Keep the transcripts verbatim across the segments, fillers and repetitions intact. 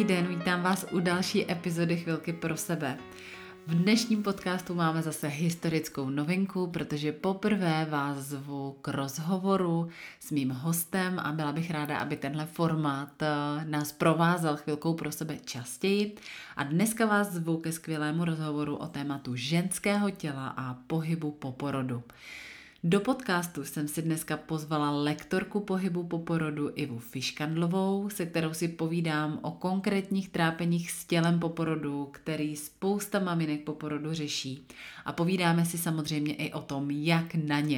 Krásný den, vítám vás u další epizody Chvilky pro sebe. V dnešním podcastu máme zase historickou novinku, protože poprvé vás zvu k rozhovoru s mým hostem a byla bych ráda, aby tenhle formát nás provázel Chvilkou pro sebe častěji. A dneska vás zvu ke skvělému rozhovoru o tématu ženského těla a pohybu po porodu. Do podcastu jsem si dneska pozvala lektorku pohybu po porodu Ivu Fiškandlovou, se kterou si povídám o konkrétních trápeních s tělem po porodu, který spousta maminek po porodu řeší. A povídáme si samozřejmě i o tom, jak na ně.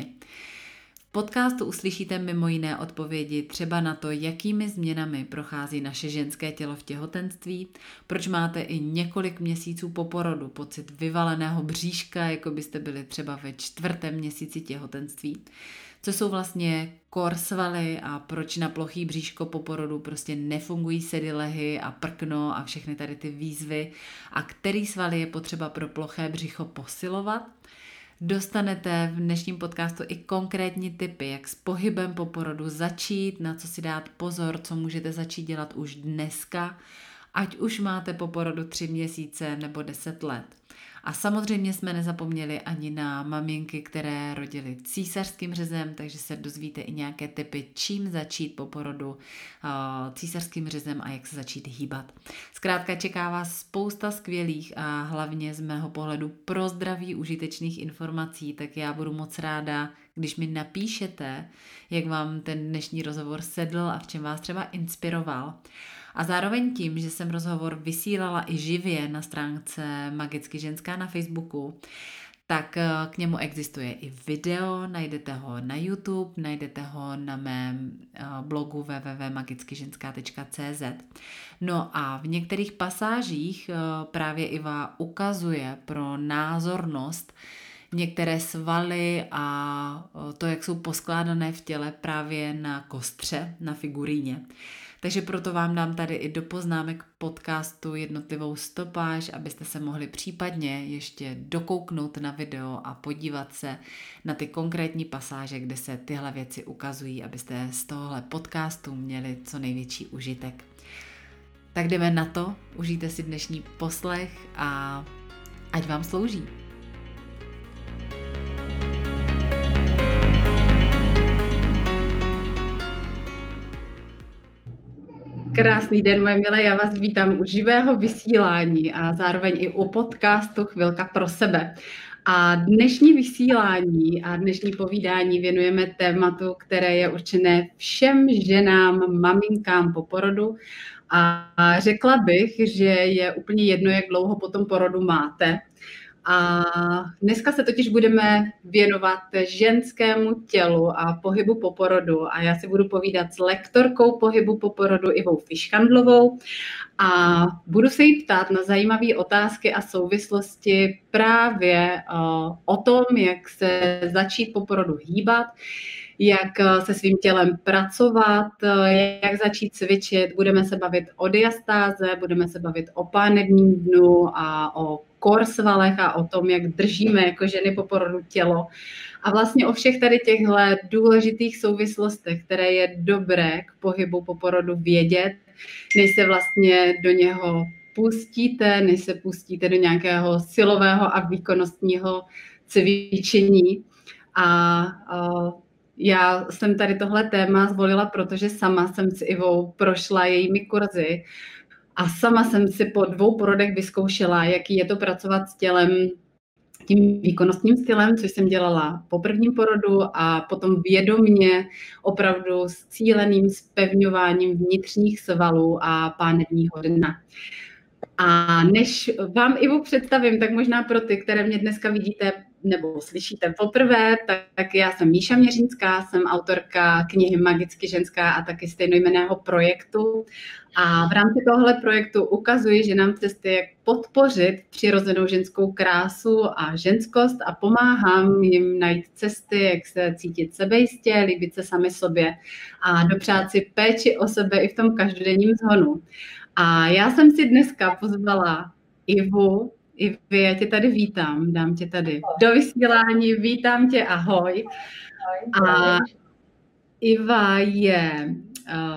V podcastu uslyšíte mimo jiné odpovědi třeba na to, jakými změnami prochází naše ženské tělo v těhotenství, proč máte i několik měsíců po porodu pocit vyvaleného bříška, jako byste byli třeba ve čtvrtém měsíci těhotenství, co jsou vlastně core svaly a proč na plochý bříško po porodu prostě nefungují sedilehy a prkno a všechny tady ty výzvy a který svaly je potřeba pro ploché břicho posilovat. Dostanete v dnešním podcastu i konkrétní tipy, jak s pohybem po porodu začít, na co si dát pozor, co můžete začít dělat už dneska, ať už máte po porodu tři měsíce nebo deset let. A samozřejmě jsme nezapomněli ani na maminky, které rodily císařským řezem, takže se dozvíte i nějaké tipy, čím začít po porodu císařským řezem a jak se začít hýbat. Zkrátka čeká vás spousta skvělých a hlavně z mého pohledu pro zdraví užitečných informací, tak já budu moc ráda, když mi napíšete, jak vám ten dnešní rozhovor sedl a v čem vás třeba inspiroval. A zároveň tím, že jsem rozhovor vysílala i živě na stránce Magicky ženská na Facebooku, tak k němu existuje i video, najdete ho na YouTube, najdete ho na mém blogu w w w tečka magicky ženská tečka c z. No a v některých pasážích právě Iva ukazuje pro názornost některé svaly a to, jak jsou poskládané v těle právě na kostře, na figuríně. Takže proto vám dám tady i do poznámek podcastu jednotlivou stopáž, abyste se mohli případně ještě dokouknout na video a podívat se na ty konkrétní pasáže, kde se tyhle věci ukazují, abyste z tohohle podcastu měli co největší užitek. Tak jdeme na to, užijte si dnešní poslech a ať vám slouží. Krásný den, moje milé, já vás vítám u živého vysílání a zároveň i u podcastu Chvilka pro sebe. A dnešní vysílání a dnešní povídání věnujeme tématu, které je určené všem ženám, maminkám po porodu. A řekla bych, že je úplně jedno, jak dlouho po tom porodu máte. A dneska se totiž budeme věnovat ženskému tělu a pohybu po porodu a já si budu povídat s lektorkou pohybu po porodu Ivou Fiškandlovou a budu se jí ptát na zajímavé otázky a souvislosti právě o tom, jak se začít po porodu hýbat, jak se svým tělem pracovat, jak začít cvičit. Budeme se bavit o diastáze, budeme se bavit o pánevním dnu a o core svalech a o tom, jak držíme jako ženy po porodu tělo. A vlastně o všech tady těchto důležitých souvislostech, které je dobré k pohybu po porodu vědět, než se vlastně do něho pustíte, než se pustíte do nějakého silového a výkonnostního cvičení. A, a já jsem tady tohle téma zvolila, protože sama jsem s Ivou prošla jejími kurzy a sama jsem si po dvou porodech vyzkoušela, jaký je to pracovat s tělem, tím výkonnostním stylem, což jsem dělala po prvním porodu a potom vědomně opravdu s cíleným zpevňováním vnitřních svalů a pánevního dna. A než vám Ivu představím, tak možná pro ty, které mě dneska vidíte nebo slyšíte poprvé, tak, tak já jsem Míša Měřínská, jsem autorka knihy Magicky ženská a taky stejnojmenného projektu. A v rámci tohohle projektu ukazuji ženám cesty, jak podpořit přirozenou ženskou krásu a ženskost a pomáhám jim najít cesty, jak se cítit sebejistě, líbit se sami sobě a dopřát si péči o sebe i v tom každodenním zhonu. A já jsem si dneska pozvala Ivu. Ivi, já tě tady vítám, dám tě tady do vysílání, vítám tě, ahoj. A Iva je uh,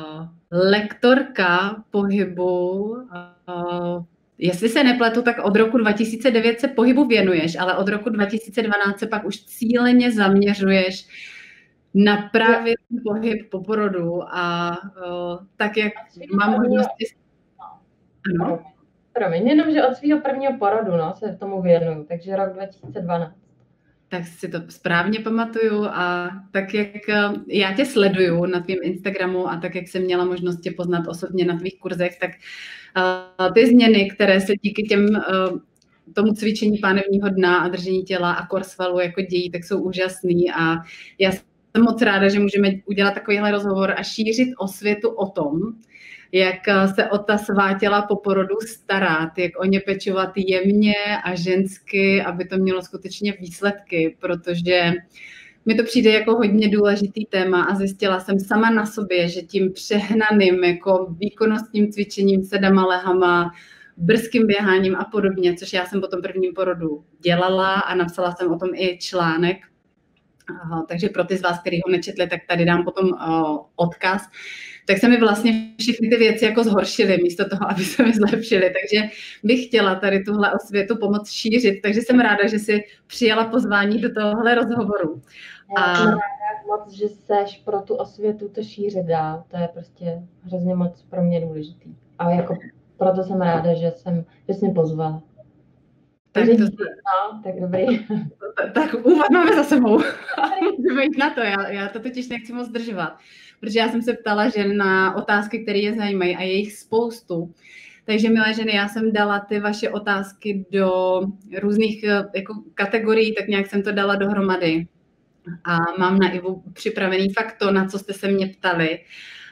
lektorka pohybu, uh, jestli se nepletu, tak od roku dva tisíce devět se pohybu věnuješ, ale od roku dva tisíce dvanáct se pak už cíleně zaměřuješ na právě ten pohyb po porodu a uh, tak, jak mám možnosti... Ano? Promiň, jenom, že od svého prvního porodu no, se tomu věnuju, takže rok dva tisíce dvanáct. Tak si to správně pamatuju a tak, jak já tě sleduju na tvém Instagramu a tak, jak jsem měla možnost tě poznat osobně na tvých kurzech, tak uh, ty změny, které se díky těm uh, tomu cvičení pánevního dna a držení těla a kor svalu jako dějí, tak jsou úžasný a já jsem moc ráda, že můžeme udělat takovýhle rozhovor a šířit osvětu o tom, jak se o ta svá těla po porodu starat, jak o ně pečovat jemně a žensky, aby to mělo skutečně výsledky, protože mi to přijde jako hodně důležitý téma a zjistila jsem sama na sobě, že tím přehnaným jako výkonnostním cvičením, sedama, lehama, brzkým běháním a podobně, což já jsem po tom prvním porodu dělala a napsala jsem o tom i článek. Aha, takže pro ty z vás, kteří ho nečetli, tak tady dám potom uh, odkaz. Tak se mi vlastně všechny ty věci jako zhoršily místo toho, aby se mi zlepšily. Takže bych chtěla tady tuhle osvětu pomoct šířit. Takže jsem ráda, že jsi přijala pozvání do tohohle rozhovoru. Já jsem ráda moc, že seš pro tu osvětu to šířit dál. To je prostě hrozně moc pro mě důležitý. A jako proto jsem ráda, že jsem, že jsi mě pozvala. Tak, Takže to... no, tak dobrý. Tak úvod máme za sebou. Můžeme jít na to, já, já to totiž nechci moc zdržovat. Protože já jsem se ptala žen na otázky, které je zajímají a je jich spoustu. Takže, milé ženy, já jsem dala ty vaše otázky do různých jako kategorií, tak nějak jsem to dala dohromady. A mám na Ivu připravený fakt to, na co jste se mě ptali.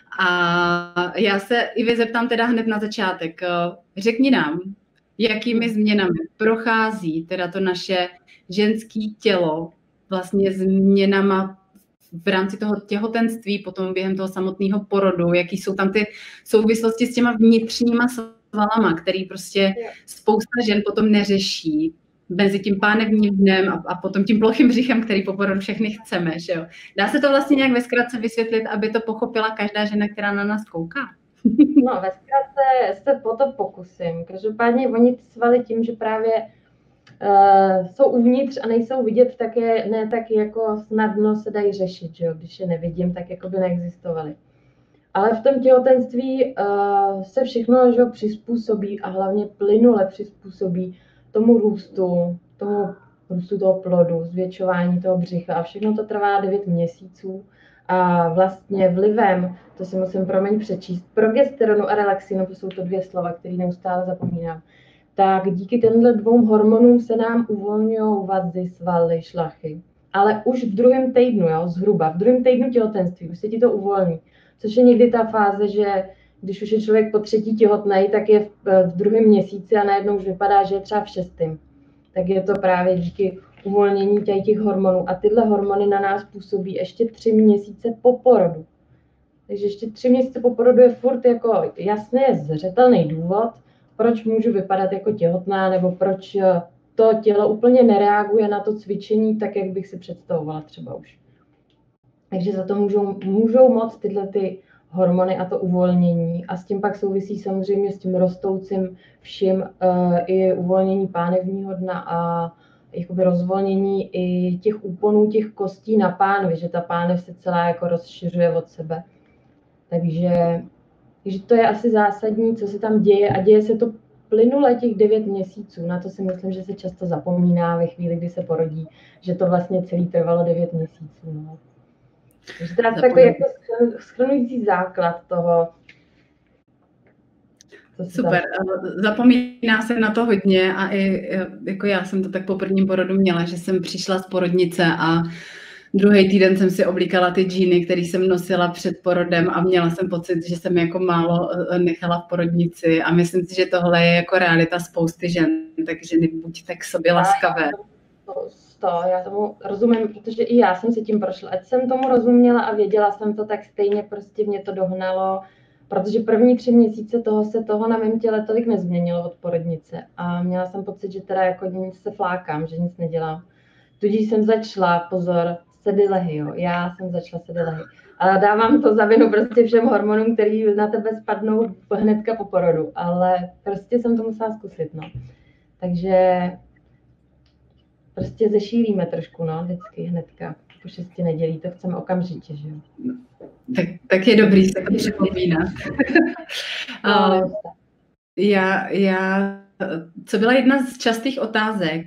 A já se Ivy zeptám teda hned na začátek. Řekni nám, jakými změnami prochází teda to naše ženské tělo vlastně změnama v rámci toho těhotenství, potom během toho samotného porodu, jaký jsou tam ty souvislosti s těma vnitřníma svalama, který prostě spousta žen potom neřeší mezi tím pánevním dnem a, a potom tím plochým břichem, který po porodu všechny chceme. Že jo? Dá se to vlastně nějak ve zkratce vysvětlit, aby to pochopila každá žena, která na nás kouká? No, ve zkratce se po to pokusím. Každopádně oni ty svaly tím, že právě Uh, jsou uvnitř a nejsou vidět, tak je ne tak jako snadno se dají řešit, že jo? Když je nevidím, tak jako by neexistovaly. Ale v tom těhotenství uh, se všechno, že jo, přizpůsobí a hlavně plynule přizpůsobí tomu růstu, tomu růstu toho plodu, zvětšování toho břicha a všechno to trvá devět měsíců a vlastně vlivem, to si musím promiň přečíst, progesteronu a relaxinu, to jsou to dvě slova, které neustále zapomínám, tak díky těmhle dvou hormonům se nám uvolňují vazy, svaly, šlachy. Ale už v druhém týdnu, jo, zhruba, v druhém týdnu těhotenství už se ti to uvolní. Což je někdy ta fáze, že když už je člověk po třetí těhotnej, tak je v, v druhém měsíci a najednou už vypadá, že je třeba v šestém. Tak je to právě díky uvolnění těch, těch hormonů. A tyhle hormony na nás působí ještě tři měsíce po porodu. Takže ještě tři měsíce po porodu je furt jako jasný, zřetelný důvod, proč můžu vypadat jako těhotná, nebo proč to tělo úplně nereaguje na to cvičení tak, jak bych si představovala třeba už. Takže za to můžou, můžou moc tyhle ty hormony a to uvolnění. A s tím pak souvisí samozřejmě s tím rostoucím vším uh, i uvolnění pánevního dna a jakoby rozvolnění i těch úponů, těch kostí na pánvi, že ta pánev se celá jako rozšiřuje od sebe. Takže Takže to je asi zásadní, co se tam děje a děje se to plynule těch devět měsíců. Na to si myslím, že se často zapomíná ve chvíli, kdy se porodí, že to vlastně celý trvalo devět měsíců. No. Takže to je takový jako shrnující základ toho. Super, tam... zapomíná se na to hodně a i jako já jsem to tak po prvním porodu měla, že jsem přišla z porodnice a druhý týden jsem si oblíkala ty džíny, které jsem nosila před porodem a měla jsem pocit, že jsem jako málo nechala v porodnici a myslím si, že tohle je jako realita spousty žen, takže buďte k sobě laskavé. To, to, já tomu rozumím, protože i já jsem si tím prošla. Ať jsem tomu rozuměla a věděla jsem to, tak stejně prostě mě to dohnalo, protože první tři měsíce toho se toho na mém těle tolik nezměnilo od porodnice a měla jsem pocit, že teda jako nic se flákám, že nic nedělám. Tudíž jsem začala, pozor, sedy lehy, jo. Já jsem začala sedy lehy. A dávám to za vinu prostě všem hormonům, který na tebe spadnou hnedka po porodu, ale prostě jsem to musela zkusit, no. Takže prostě zešílíme trošku, no, vždycky hnedka po šesti nedělí, to chceme okamžitě, že jo. Tak, tak je dobrý se to připomínat. Ale já, já, co byla jedna z častých otázek,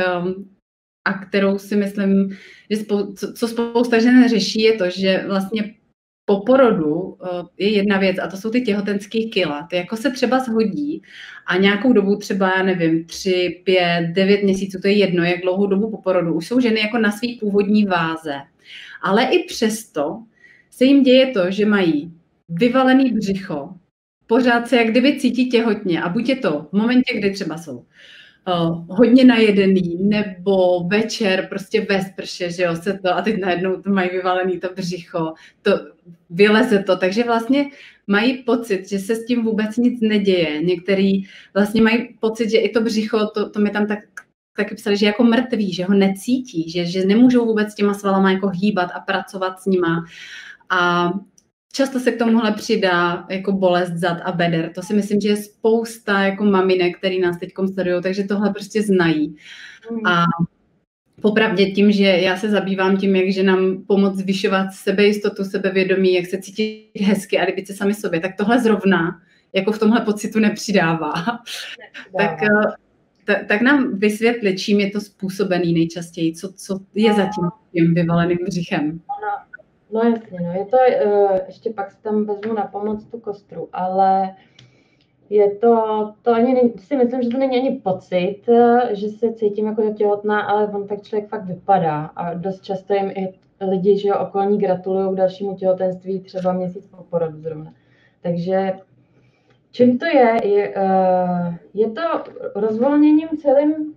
a kterou si myslím, že spou, co, co spousta žen řeší, je to, že vlastně po porodu je jedna věc a to jsou ty těhotenský kila. Ty jako se třeba shodí a nějakou dobu třeba, já nevím, tři, pět, devět měsíců, to je jedno, jak dlouhou dobu po porodu, už jsou ženy jako na svý původní váze. Ale i přesto se jim děje to, že mají vyvalený břicho, pořád se jak kdyby cítí těhotně a buď je to v momentě, kdy třeba jsou Uh, hodně najedený, nebo večer prostě ve sprše, že jo, se to a teď najednou to mají vyvalený to břicho, to vyleze to, takže vlastně mají pocit, že se s tím vůbec nic neděje. Některý vlastně mají pocit, že i to břicho, to, to mi tam tak, taky psali, že jako mrtví, že ho necítí, že, že nemůžou vůbec s těma svalama jako hýbat a pracovat s nima. A často se k tomuhle přidá jako bolest zad a beder. To si myslím, že je spousta jako maminek, který nás teď sledují, takže tohle prostě znají. Mm. A popravdě tím, že já se zabývám tím, jak ženám pomoct zvyšovat sebejistotu, sebevědomí, jak se cítit hezky a líbit se sami sobě, tak tohle zrovna jako v tomhle pocitu nepřidává. tak, tak, tak nám vysvětli, čím je to způsobený nejčastěji, co, co je za tím, tím vyvaleným břichem. No jasně, no je to, ještě pak si tam vezmu na pomoc tu kostru, ale je to, to ani, si myslím, že to není ani pocit, že se cítím jako těhotná, ale on tak člověk fakt vypadá a dost často jim i lidi, že jo, okolní gratulují k dalšímu těhotenství třeba měsíc po porodu zrovna. Takže čím to je? Je, je to rozvolněním celým,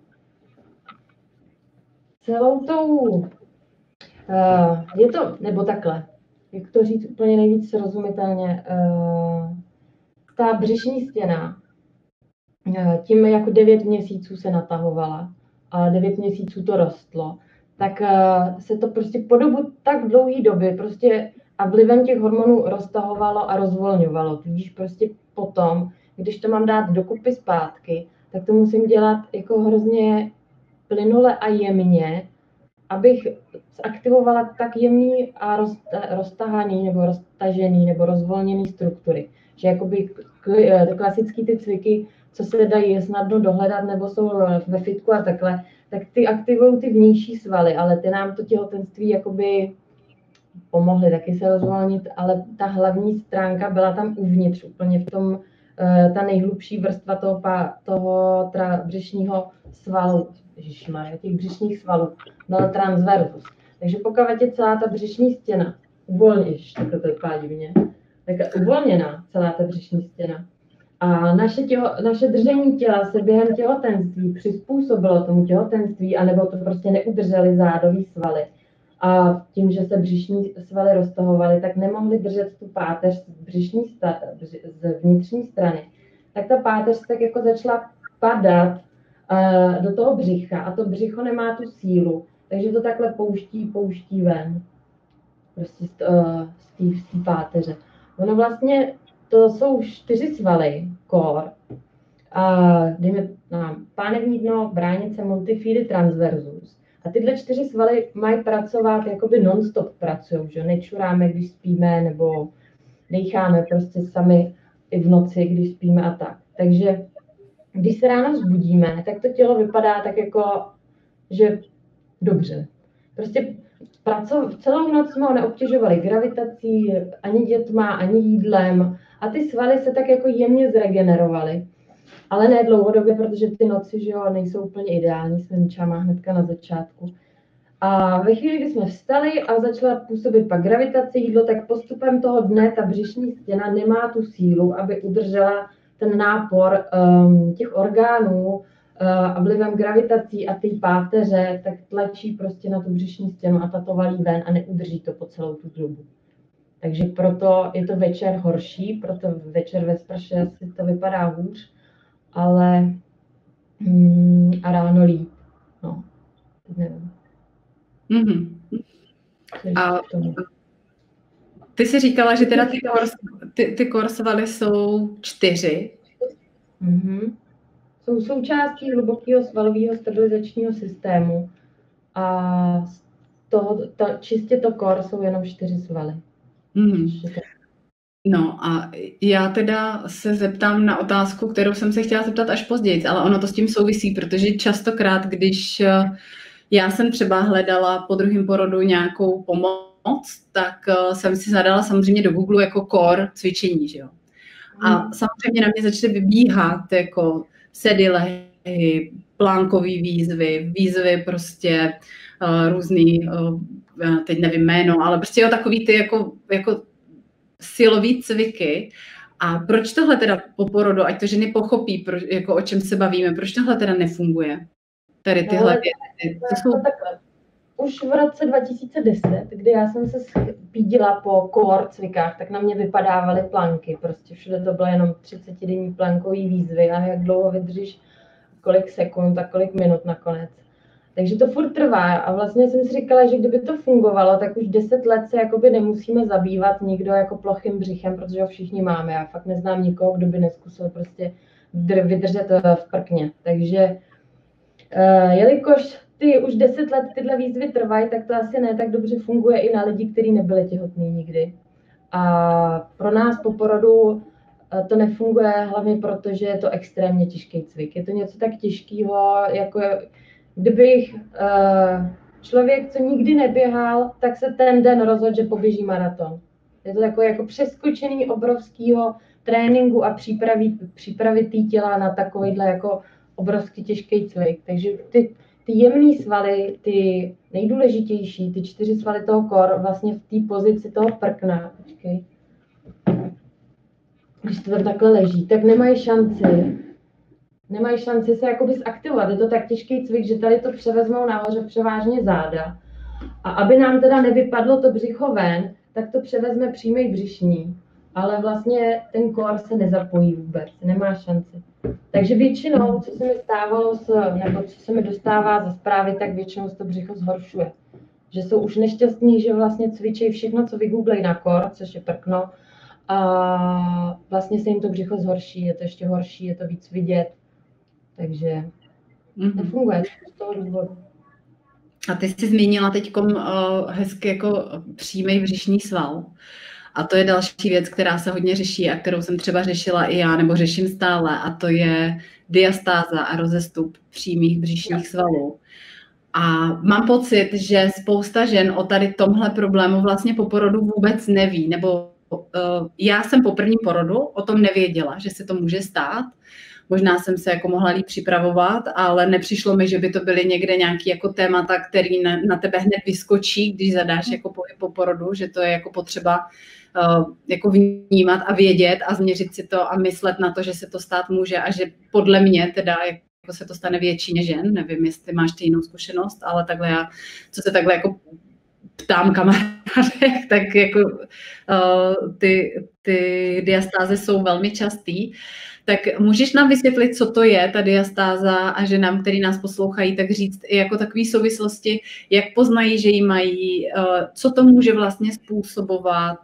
celou tou Uh, je to, nebo takhle, jak to říct úplně nejvíc srozumitelně, uh, ta břišní stěna uh, tím jako devět měsíců se natahovala a devět měsíců to rostlo, tak uh, se to prostě po dobu tak dlouhé doby prostě a vlivem těch hormonů roztahovalo a rozvolňovalo. Tudíž prostě potom, když to mám dát dokupy zpátky, tak to musím dělat jako hrozně plynule a jemně, abych zaktivovala tak jemný a roztahaný nebo roztažený nebo rozvolněný struktury. Že jakoby klasický ty cviky, co se dají snadno dohledat nebo jsou ve fitku a takhle, tak ty aktivují ty vnější svaly, ale ty nám to těhotenství jakoby pomohly taky se rozvolnit, ale ta hlavní stránka byla tam uvnitř, úplně v tom, ta nejhlubší vrstva toho, toho tra, břišního svalu, ježišmarja, těch břišních svalů, byla transversus. Takže pokud je celá ta břišní stěna uvolněš, takhle to vypadá divně, tak uvolněná celá ta břišní stěna. A naše, těho, naše držení těla se během těhotenství přizpůsobilo tomu těhotenství, anebo to prostě neudrželi zádový svaly. A tím, že se břišní svaly roztahovaly, tak nemohli držet tu páteř z, břišní sta, z vnitřní strany. Tak ta páteř tak jako začala padat uh, do toho břicha a to břicho nemá tu sílu, takže to takhle pouští, pouští ven. Prostě z, uh, z té páteře. Ono vlastně, to jsou čtyři svaly, core, a dejme nám pánevní dno, bránice, multifidi, transversus. A tyhle čtyři svaly mají pracovat, jakoby non-stop pracují, že nečuráme, když spíme, nebo dýcháme prostě sami i v noci, když spíme a tak. Takže když se ráno vzbudíme, tak to tělo vypadá tak jako, že dobře. Prostě pracov, celou noc jsme ho neobtěžovali gravitací, ani dětma, ani jídlem a ty svaly se tak jako jemně zregenerovaly. Ale ne dlouhodobě, protože ty noci, že jo, nejsou úplně ideální, jsem čama hnedka na začátku. A ve chvíli, kdy jsme vstali a začala působit pak gravitace jídlo, tak postupem toho dne ta břišní stěna nemá tu sílu, aby udržela ten nápor um, těch orgánů uh, a vlivem gravitací a té páteře, tak tlačí prostě na tu břišní stěnu a ta to valí ven a neudrží to po celou tu dobu. Takže proto je to večer horší, proto večer ve sprše si to vypadá hůř, ale mm, a ráno líp. No, nevím. Mm-hmm. A ty jsi říkala, že teda ty, kor, ty, ty korsvaly jsou čtyři. Mm-hmm. Jsou součástí hlubokého svalového stabilizačního systému a z toho, to, čistě to kor jsou jenom čtyři svaly. Mm-hmm. No a já teda se zeptám na otázku, kterou jsem se chtěla zeptat až později, ale ono to s tím souvisí, protože častokrát, když já jsem třeba hledala po druhém porodu nějakou pomoc, tak jsem si zadala samozřejmě do Google jako core cvičení, že jo. A samozřejmě na mě začaly vybíhat jako sedy, lehy, plánkový výzvy, výzvy prostě uh, různý, uh, teď nevím jméno, ale prostě jo, takový ty jako, jako silový cviky. A proč tohle teda po porodu, ať to ženy pochopí, pro, jako o čem se bavíme, proč tohle teda nefunguje? Tady tyhle no, věci. To jsou... Už v roce dva tisíce deset, kdy já jsem se pídila po core cvikách, tak na mě vypadávaly planky. Prostě všude to bylo jenom třicetidenní plankový výzvy a jak dlouho vydržíš, kolik sekund a kolik minut nakonec. Takže to furt trvá a vlastně jsem si říkala, že kdyby to fungovalo, tak už deset let se jakoby nemusíme zabývat nikdo jako plochým břichem, protože ho všichni máme. Já fakt neznám nikoho, kdo by neskusil prostě vydržet v prkně. Takže uh, jelikož ty už deset let tyhle výzvy trvají, tak to asi ne tak dobře funguje i na lidi, kteří nebyli těhotní nikdy. A pro nás po porodu to nefunguje hlavně proto, že je to extrémně těžký cvik. Je to něco tak těžkého, jako kdybych uh, člověk, co nikdy neběhal, tak se ten den rozhodl, že poběží maraton. Je to takové jako přeskočený obrovského tréninku a přípravy, přípravy té těla na takovýhle jako obrovský těžký cvik. Takže ty Ty jemné svaly, ty nejdůležitější, ty čtyři svaly toho kor, vlastně v té pozici toho prkna, počkej, když to tam takhle leží, tak nemají šanci, nemají šanci se jakoby zaktivovat. Je to tak těžký cvik, že tady to převezmou nahoře převážně záda. A aby nám teda nevypadlo to břicho ven, tak to převezme přímý břišní. Ale vlastně ten kor se nezapojí vůbec, nemá šanci. Takže většinou, co se mi stávalo, s, nebo co se mi dostává za zprávy, tak většinou se to břicho zhoršuje. Že jsou už nešťastní, že vlastně cvičí všechno, co vygooglej na kor, což je prkno, a vlastně se jim to břicho zhorší, je to ještě horší, je to víc vidět. Takže mm-hmm. nefunguje z toho důvodu. A ty jsi zmínila teď uh, hezky jako přímý břišní sval. A to je další věc, která se hodně řeší a kterou jsem třeba řešila i já, nebo řeším stále, a to je diastáza a rozestup přímých břišních svalů. A mám pocit, že spousta žen o tady tomhle problému vlastně po porodu vůbec neví, nebo uh, já jsem po prvním porodu o tom nevěděla, že se to může stát. Možná jsem se jako mohla líp připravovat, ale nepřišlo mi, že by to byly někde nějaké jako témata, který na, na tebe hned vyskočí, když zadáš jako po, po porodu, že to je jako potřeba uh, jako vnímat a vědět a změřit si to a myslet na to, že se to stát může a že podle mě teda jako se to stane většině žen. Nevím, jestli máš ty jinou zkušenost, ale takhle já, co se takhle jako ptám kamarádek, tak jako uh, ty, ty diastáze jsou velmi častý. Tak můžeš nám vysvětlit, co to je ta diastáza a že nám, který nás poslouchají, tak říct i jako takové souvislosti, jak poznají, že ji mají, co to může vlastně způsobovat,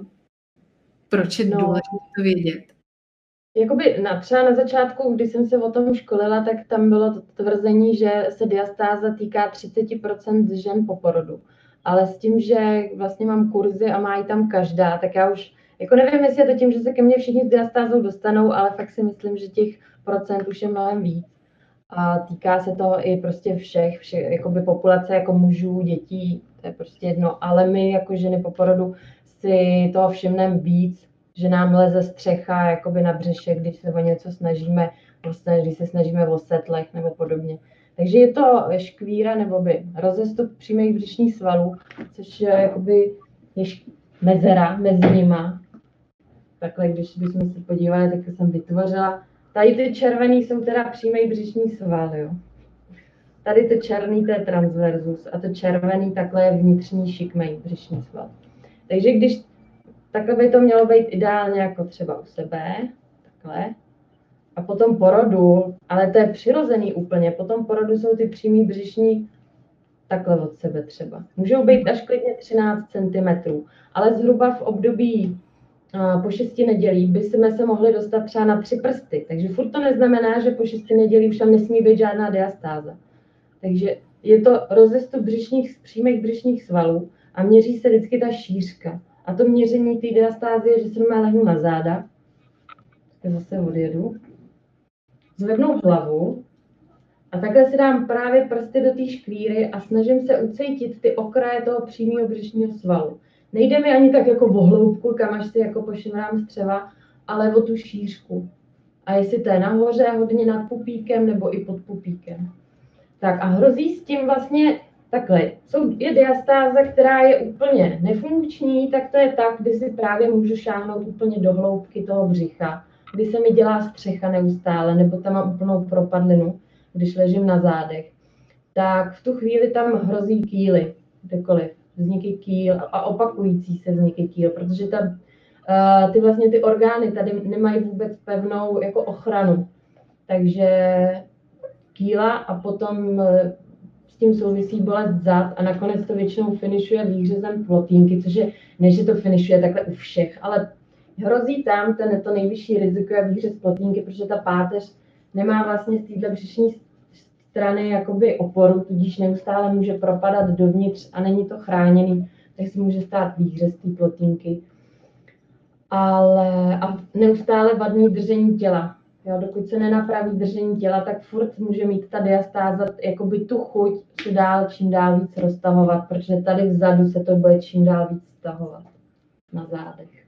proč je no. důležité to vědět? Jakoby na, třeba na začátku, když jsem se o tom školila, tak tam bylo to tvrzení, že se diastáza týká třicet procent žen po porodu. Ale s tím, že vlastně mám kurzy a má ji tam každá, tak já už jako nevím, jestli je to tím, že se ke mně všichni s diastázou dostanou, ale fakt si myslím, že těch procent už je mnohem víc. A týká se toho i prostě všech, všech jakoby populace jako mužů, dětí, to je prostě jedno. Ale my jako ženy po porodu si toho všimneme víc, že nám leze střecha jakoby na břiše, když se o něco snažíme, vlastně, když se snažíme o setlech nebo podobně. Takže je to škvíra nebo by rozestup přímých břišních svalů, což je jakoby je mezera mezi nima. Takhle, když bychom se podívali, tak jsem vytvořila. Tady ty červený jsou teda přímý břišní sval, jo. Tady to černý, to je transversus a to červený takhle je vnitřní šikmej břišní sval. Takže když takhle by to mělo být ideálně jako třeba u sebe, takhle. A potom porodu, ale to je přirozený úplně, potom porodu jsou ty přímý břišní takhle od sebe třeba. Můžou být až klidně třináct centimetrů, ale zhruba v období po šesti nedělí by jsme se mohli dostat třeba na tři prsty. Takže furt to neznamená, že po šesti nedělí už tam nesmí být žádná diastáza. Takže je to rozestup břišních, přímých břišních svalů a měří se vždycky ta šířka. A to měření té diastázy je, že se normálně lehnu na záda. Tak zase odjedu. Zvednu hlavu a takhle si dám právě prsty do té škvíry a snažím se ucítit ty okraje toho přímého břišního svalu. Nejde mi ani tak jako o hloubku, kam až si jako pošimrám střeva, ale o tu šířku. A jestli to je nahoře, hodně nad pupíkem nebo i pod pupíkem. Tak a hrozí s tím vlastně takhle. Jsou, je diastáza, která je úplně nefunkční, tak to je tak, kdy si právě můžu šáhnout úplně do hloubky toho břicha, kdy se mi dělá střecha neustále, nebo tam mám úplnou propadlinu, když ležím na zádech. Tak v tu chvíli tam hrozí kýly, kdekoliv. Vzniky kýl a opakující se vzniky kýl, protože ta, ty vlastně ty orgány tady nemají vůbec pevnou jako ochranu. Takže kýla a potom s tím souvisí bolest zad a nakonec to většinou finišuje výřezem plotínky, což je, než že to finišuje takhle u všech, ale hrozí tam ten to nejvyšší riziko je výřez plotínky, protože ta páteř nemá vlastně z téhle břišní strany jakoby oporu, tudíž neustále může propadat dovnitř a není to chráněný, tak se může stát výřez té plotínky. Ale a neustále vadný držení těla. Jo, dokud se nenapraví držení těla, tak furt může mít ta diastáza jakoby tu chuť se dál čím dál víc roztahovat, protože tady vzadu se to bude čím dál víc stahovat na zádech.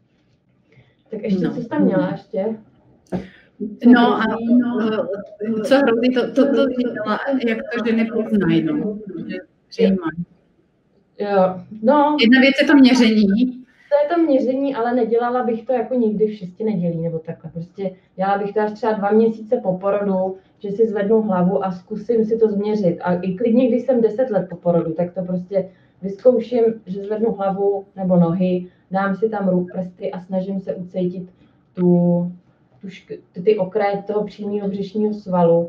Tak ještě, no. Co jsi tam měla ještě? Co no a no, co hrozí, to, to, to, to říkala, jak to ženy poznají, no, že mají. Jo, no. Jedna věc je to měření. To je to měření, ale nedělala bych to jako nikdy v šesti nedělí nebo takhle. Prostě dělala bych to až třeba dva měsíce po porodu, že si zvednu hlavu a zkusím si to změřit. A i klidně, když jsem deset let po porodu, tak to prostě vyzkouším, že zvednu hlavu nebo nohy, dám si tam ruk, prsty a snažím se ucítit tu, tu šk- ty okraje toho přímého břišního svalu.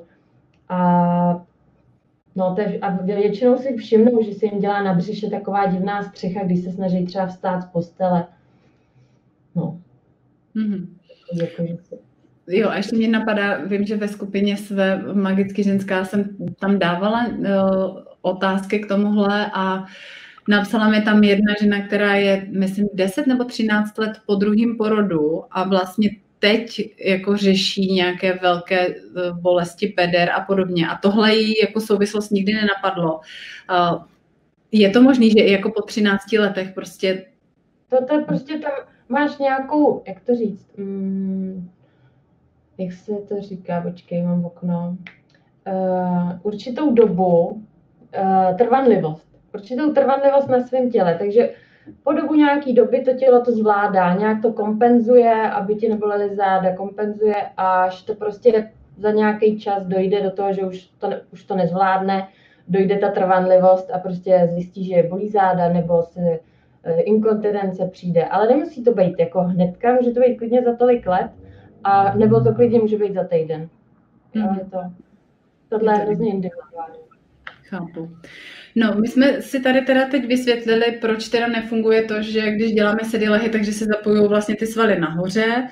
A No, tež, a většinou si všimnou, že se jim dělá na břiše taková divná střecha, když se snaží třeba vstát z postele. No. Mm-hmm. Jako, že se... Jo, a ještě mě napadá, vím, že ve skupině své Magicky ženská jsem tam dávala uh, otázky k tomuhle a napsala mi tam jedna žena, která je, myslím, deset nebo třináct let po druhém porodu a vlastně teď jako řeší nějaké velké bolesti peder a podobně. A tohle jí jako souvislost nikdy nenapadlo. Je to možné, že i jako po třinácti letech prostě... To, to prostě tam máš nějakou, jak to říct, hmm, jak se to říká, počkej, mám okno, uh, určitou dobu uh, trvanlivost. Určitou trvanlivost na svém těle, takže po dobu nějaký doby to tělo to zvládá, nějak to kompenzuje, aby ti nebolely záda, kompenzuje, až to prostě za nějaký čas dojde do toho, že už to, už to nezvládne, dojde ta trvanlivost a prostě zjistí, že bolí záda nebo se inkontinence přijde. Ale nemusí to být jako hnedka, může to být klidně za tolik let, a nebo to klidně může být za týden. Mm. Je to, tohle je hrozně individuální. Chápu. No, my jsme si tady teda teď vysvětlili, proč teda nefunguje to, že když děláme sedilehy, takže se zapojují vlastně ty svaly nahoře.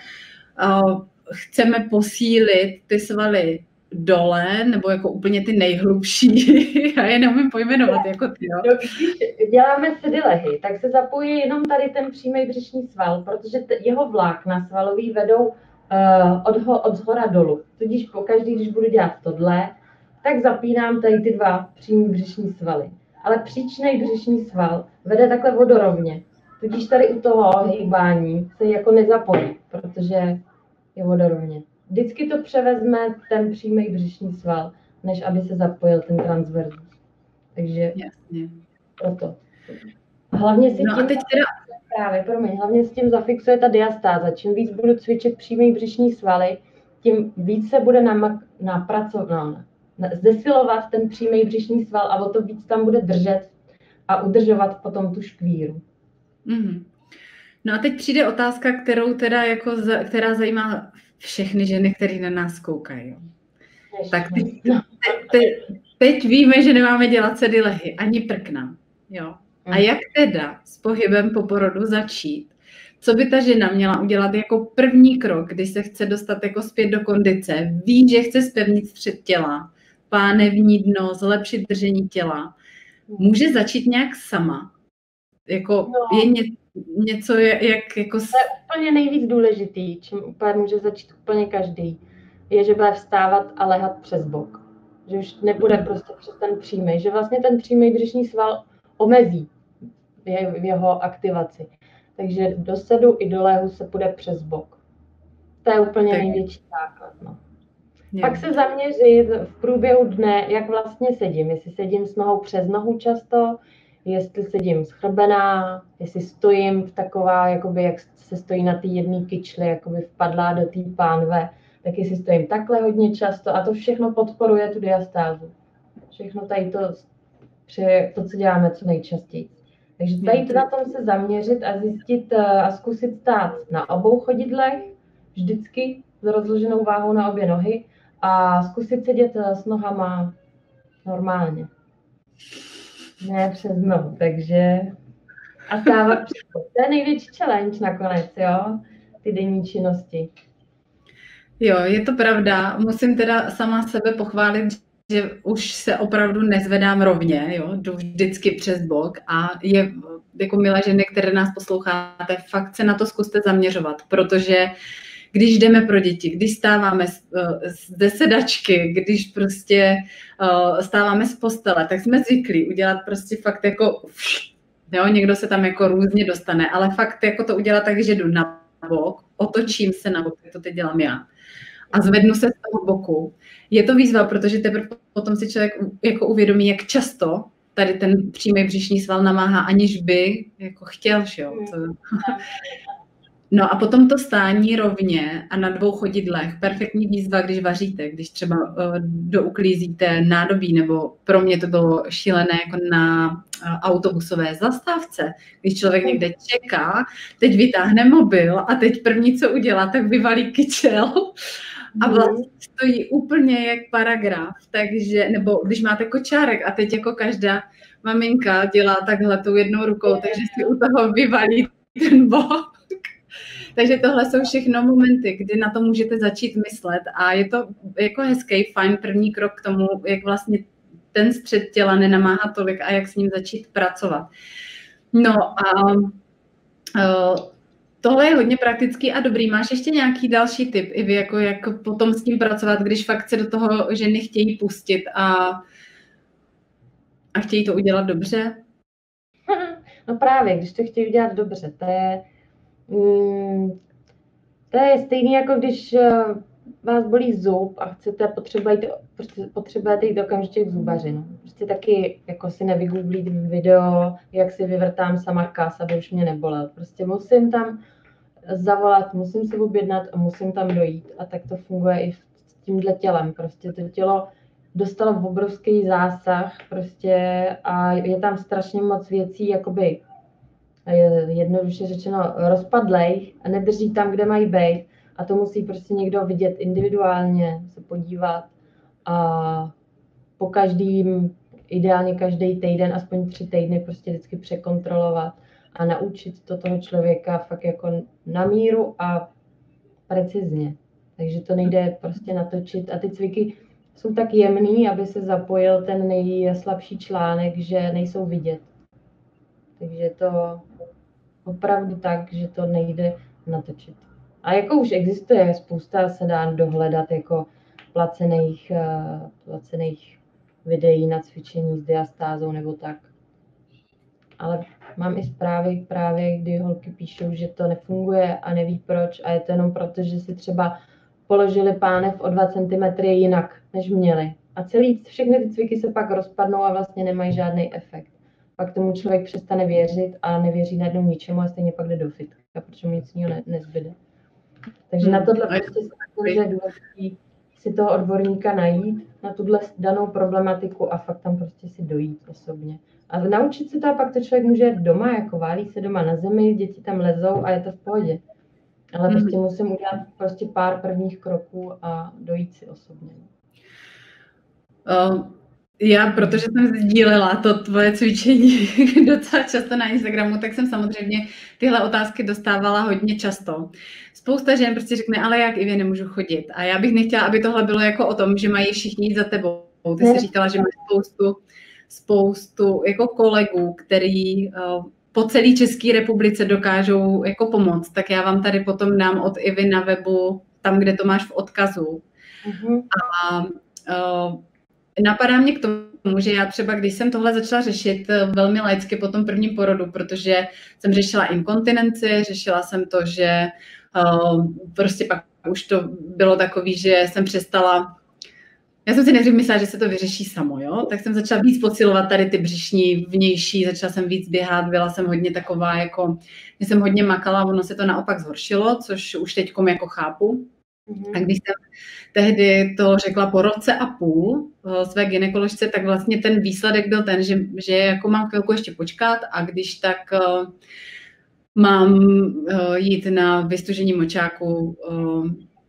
Chceme posílit ty svaly dole, nebo jako úplně ty nejhlubší. Já je neumím pojmenovat jako ty, jo. No, když děláme sedilehy, tak se zapojí jenom tady ten přímý břišní sval, protože t- jeho vlákna svalový vedou uh, od, ho, od zhora dolů. Tudíž pokaždý, když budu dělat tohle, tak zapínám tady ty dva přímý břišní svaly. Ale příčný břišní sval vede takhle vodorovně. Tudíž tady u toho hýbání se jako nezapojí, protože je vodorovně. Vždycky to převezme ten přímý břišní sval, než aby se zapojil ten transverzus. Takže jasně. Proto. Hlavně si no tím a teď teda... právě, promiň, hlavně s tím zafixuje ta diastáza. Čím víc budu cvičit přímý břišní svaly, tím víc se bude napracovat, zesilovat ten přímý břišní sval a o to víc tam bude držet a udržovat potom tu škvíru. Mm-hmm. No a teď přijde otázka, kterou teda jako za, která zajímá všechny ženy, které na nás koukají. Jo. Tak ty, ty, ty, teď víme, že nemáme dělat sedy lehy, ani prkna. Jo. A jak teda s pohybem po porodu začít? Co by ta žena měla udělat jako první krok, když se chce dostat jako zpět do kondice? Ví, že chce zpevnit střed těla, pánevní dno, zlepšit držení těla. Může začít nějak sama? Jako No. je ně, něco, jak jako... To je úplně nejvíc důležitý, čím úplně může začít úplně každý, je, že bude vstávat a lehat přes bok. Že už nebude prostě přes ten přímej, že vlastně ten přímej břišní sval omezí v jeho aktivaci. Takže do sedu i do lehu se půjde přes bok. To je úplně tak největší základ. No. Pak se zaměřit v průběhu dne, jak vlastně sedím. Jestli sedím s nohou přes nohu často, jestli sedím schrbená, jestli stojím v taková, jakoby, jak se stojí na té jedné kyčli, jakoby vpadlá do té pánve, tak jestli stojím takhle hodně často a to všechno podporuje tu diastázu. Všechno tady to, to co děláme co nejčastěji. Takže tady to na tom se zaměřit a zjistit a zkusit stát na obou chodidlech, vždycky s rozloženou váhou na obě nohy a zkusit sedět s nohama normálně. Ne přes nohu, takže a stávat před. To je největší challenge nakonec, jo, ty denní činnosti. Jo, je to pravda. Musím teda sama sebe pochválit, že už se opravdu nezvedám rovně, jo, jdu vždycky přes bok a je jako milé ženy, které nás posloucháte, fakt se na to zkuste zaměřovat, protože když jdeme pro děti, když stáváme ze sedačky, když prostě stáváme z postele, tak jsme zvyklí udělat prostě fakt jako, jo, někdo se tam jako různě dostane, ale fakt jako to udělat tak, že jdu na bok, otočím se na bok, to teď dělám já, a zvednu se z toho boku. Je to výzva, protože teprve potom si člověk jako uvědomí, jak často tady ten přímý břišní sval namáhá, aniž by jako chtěl, jo. To... No a potom to stání rovně a na dvou chodidlech. Perfektní výzva, když vaříte, když třeba uh, douklízíte nádobí, nebo pro mě to bylo šílené jako na uh, autobusové zastávce, když člověk někde čeká, teď vytáhne mobil a teď první, co udělá, tak vyvalí kyčel a vlastně stojí úplně jak paragraf, takže, nebo když máte kočárek a teď jako každá maminka dělá takhle tou jednou rukou, takže si u toho vyvalí ten bok. Takže tohle jsou všechno momenty, kdy na to můžete začít myslet a je to jako hezký, fajn první krok k tomu, jak vlastně ten střed těla nenamáhá tolik a jak s ním začít pracovat. No a uh, tohle je hodně praktický a dobrý. Máš ještě nějaký další tip, i vy, jako jak potom s tím pracovat, když fakt se do toho ženy chtějí pustit a, a chtějí to udělat dobře? No právě, když to chtějí udělat dobře, to je Mm, to je stejný, jako když uh, vás bolí zub a chcete, potřebujete, potřebujete jít okamžitě k zubaři. No. Prostě taky jako si nevygooglít video, jak si vyvrtám sama kas, aby už mě nebolel. Prostě musím tam zavolat, musím si objednat a musím tam dojít. A tak to funguje i s tímhle tělem. Prostě to tělo dostalo obrovský zásah prostě a je tam strašně moc věcí, jakoby jednoduše řečeno rozpadlej a nedrží tam, kde mají být. A to musí prostě někdo vidět individuálně, se podívat a po každým, ideálně každý týden, aspoň tři týdny prostě vždycky překontrolovat a naučit to toho člověka fakt jako na míru a precizně. Takže to nejde prostě natočit a ty cviky jsou tak jemný, aby se zapojil ten nejslabší článek, že nejsou vidět. Takže to opravdu tak, že to nejde natočit. A jako už existuje spousta, se dá dohledat jako placených, placených videí na cvičení s diastázou nebo tak. Ale mám i zprávy právě, kdy holky píšou, že to nefunguje a neví proč a je to jenom proto, že si třeba položili pánev o dva centimetry jinak, než měli. A celý, všechny ty cviky se pak rozpadnou a vlastně nemají žádný efekt. Pak tomu člověk přestane věřit a nevěří najednou ničemu a stejně pak jde do fitka, protože mu nic jiného ne, nezbyde. Takže hmm. na tohle prostě si myslím, že je důležité si toho odborníka najít na tuhle danou problematiku a fakt tam prostě si dojít osobně. A naučit se to a pak to člověk může doma, jako válí se doma na zemi, děti tam lezou a je to v pohodě. Ale hmm. prostě musím udělat prostě pár prvních kroků a dojít si osobně. Uh. Já, protože jsem sdílela to tvoje cvičení docela často na Instagramu, tak jsem samozřejmě tyhle otázky dostávala hodně často. Spousta žen prostě řekne, ale jak Ivě nemůžu chodit. A já bych nechtěla, aby tohle bylo jako o tom, že mají všichni jít za tebou. Ty jsi říkala, že máš spoustu, spoustu jako kolegů, který uh, po celé České republice dokážou jako pomoct. Tak já vám tady potom dám od Ivy na webu, tam, kde to máš v odkazu. Mm-hmm. A uh, napadá mě k tomu, že já třeba, když jsem tohle začala řešit velmi laicky po tom prvním porodu, protože jsem řešila inkontinenci, řešila jsem to, že uh, prostě pak už to bylo takový, že jsem přestala, já jsem si nejdřív myslela, že se to vyřeší samo, jo, tak jsem začala víc posilovat tady ty břišní vnější, začala jsem víc běhat, byla jsem hodně taková, jako, že jsem hodně makala, ono se to naopak zhoršilo, což už teďkom jako chápu. A když jsem tehdy to řekla po roce a půl své gynekoložce, tak vlastně ten výsledek byl ten, že, že jako mám chvilku ještě počkat a když tak uh, mám uh, jít na vystužení močáku uh,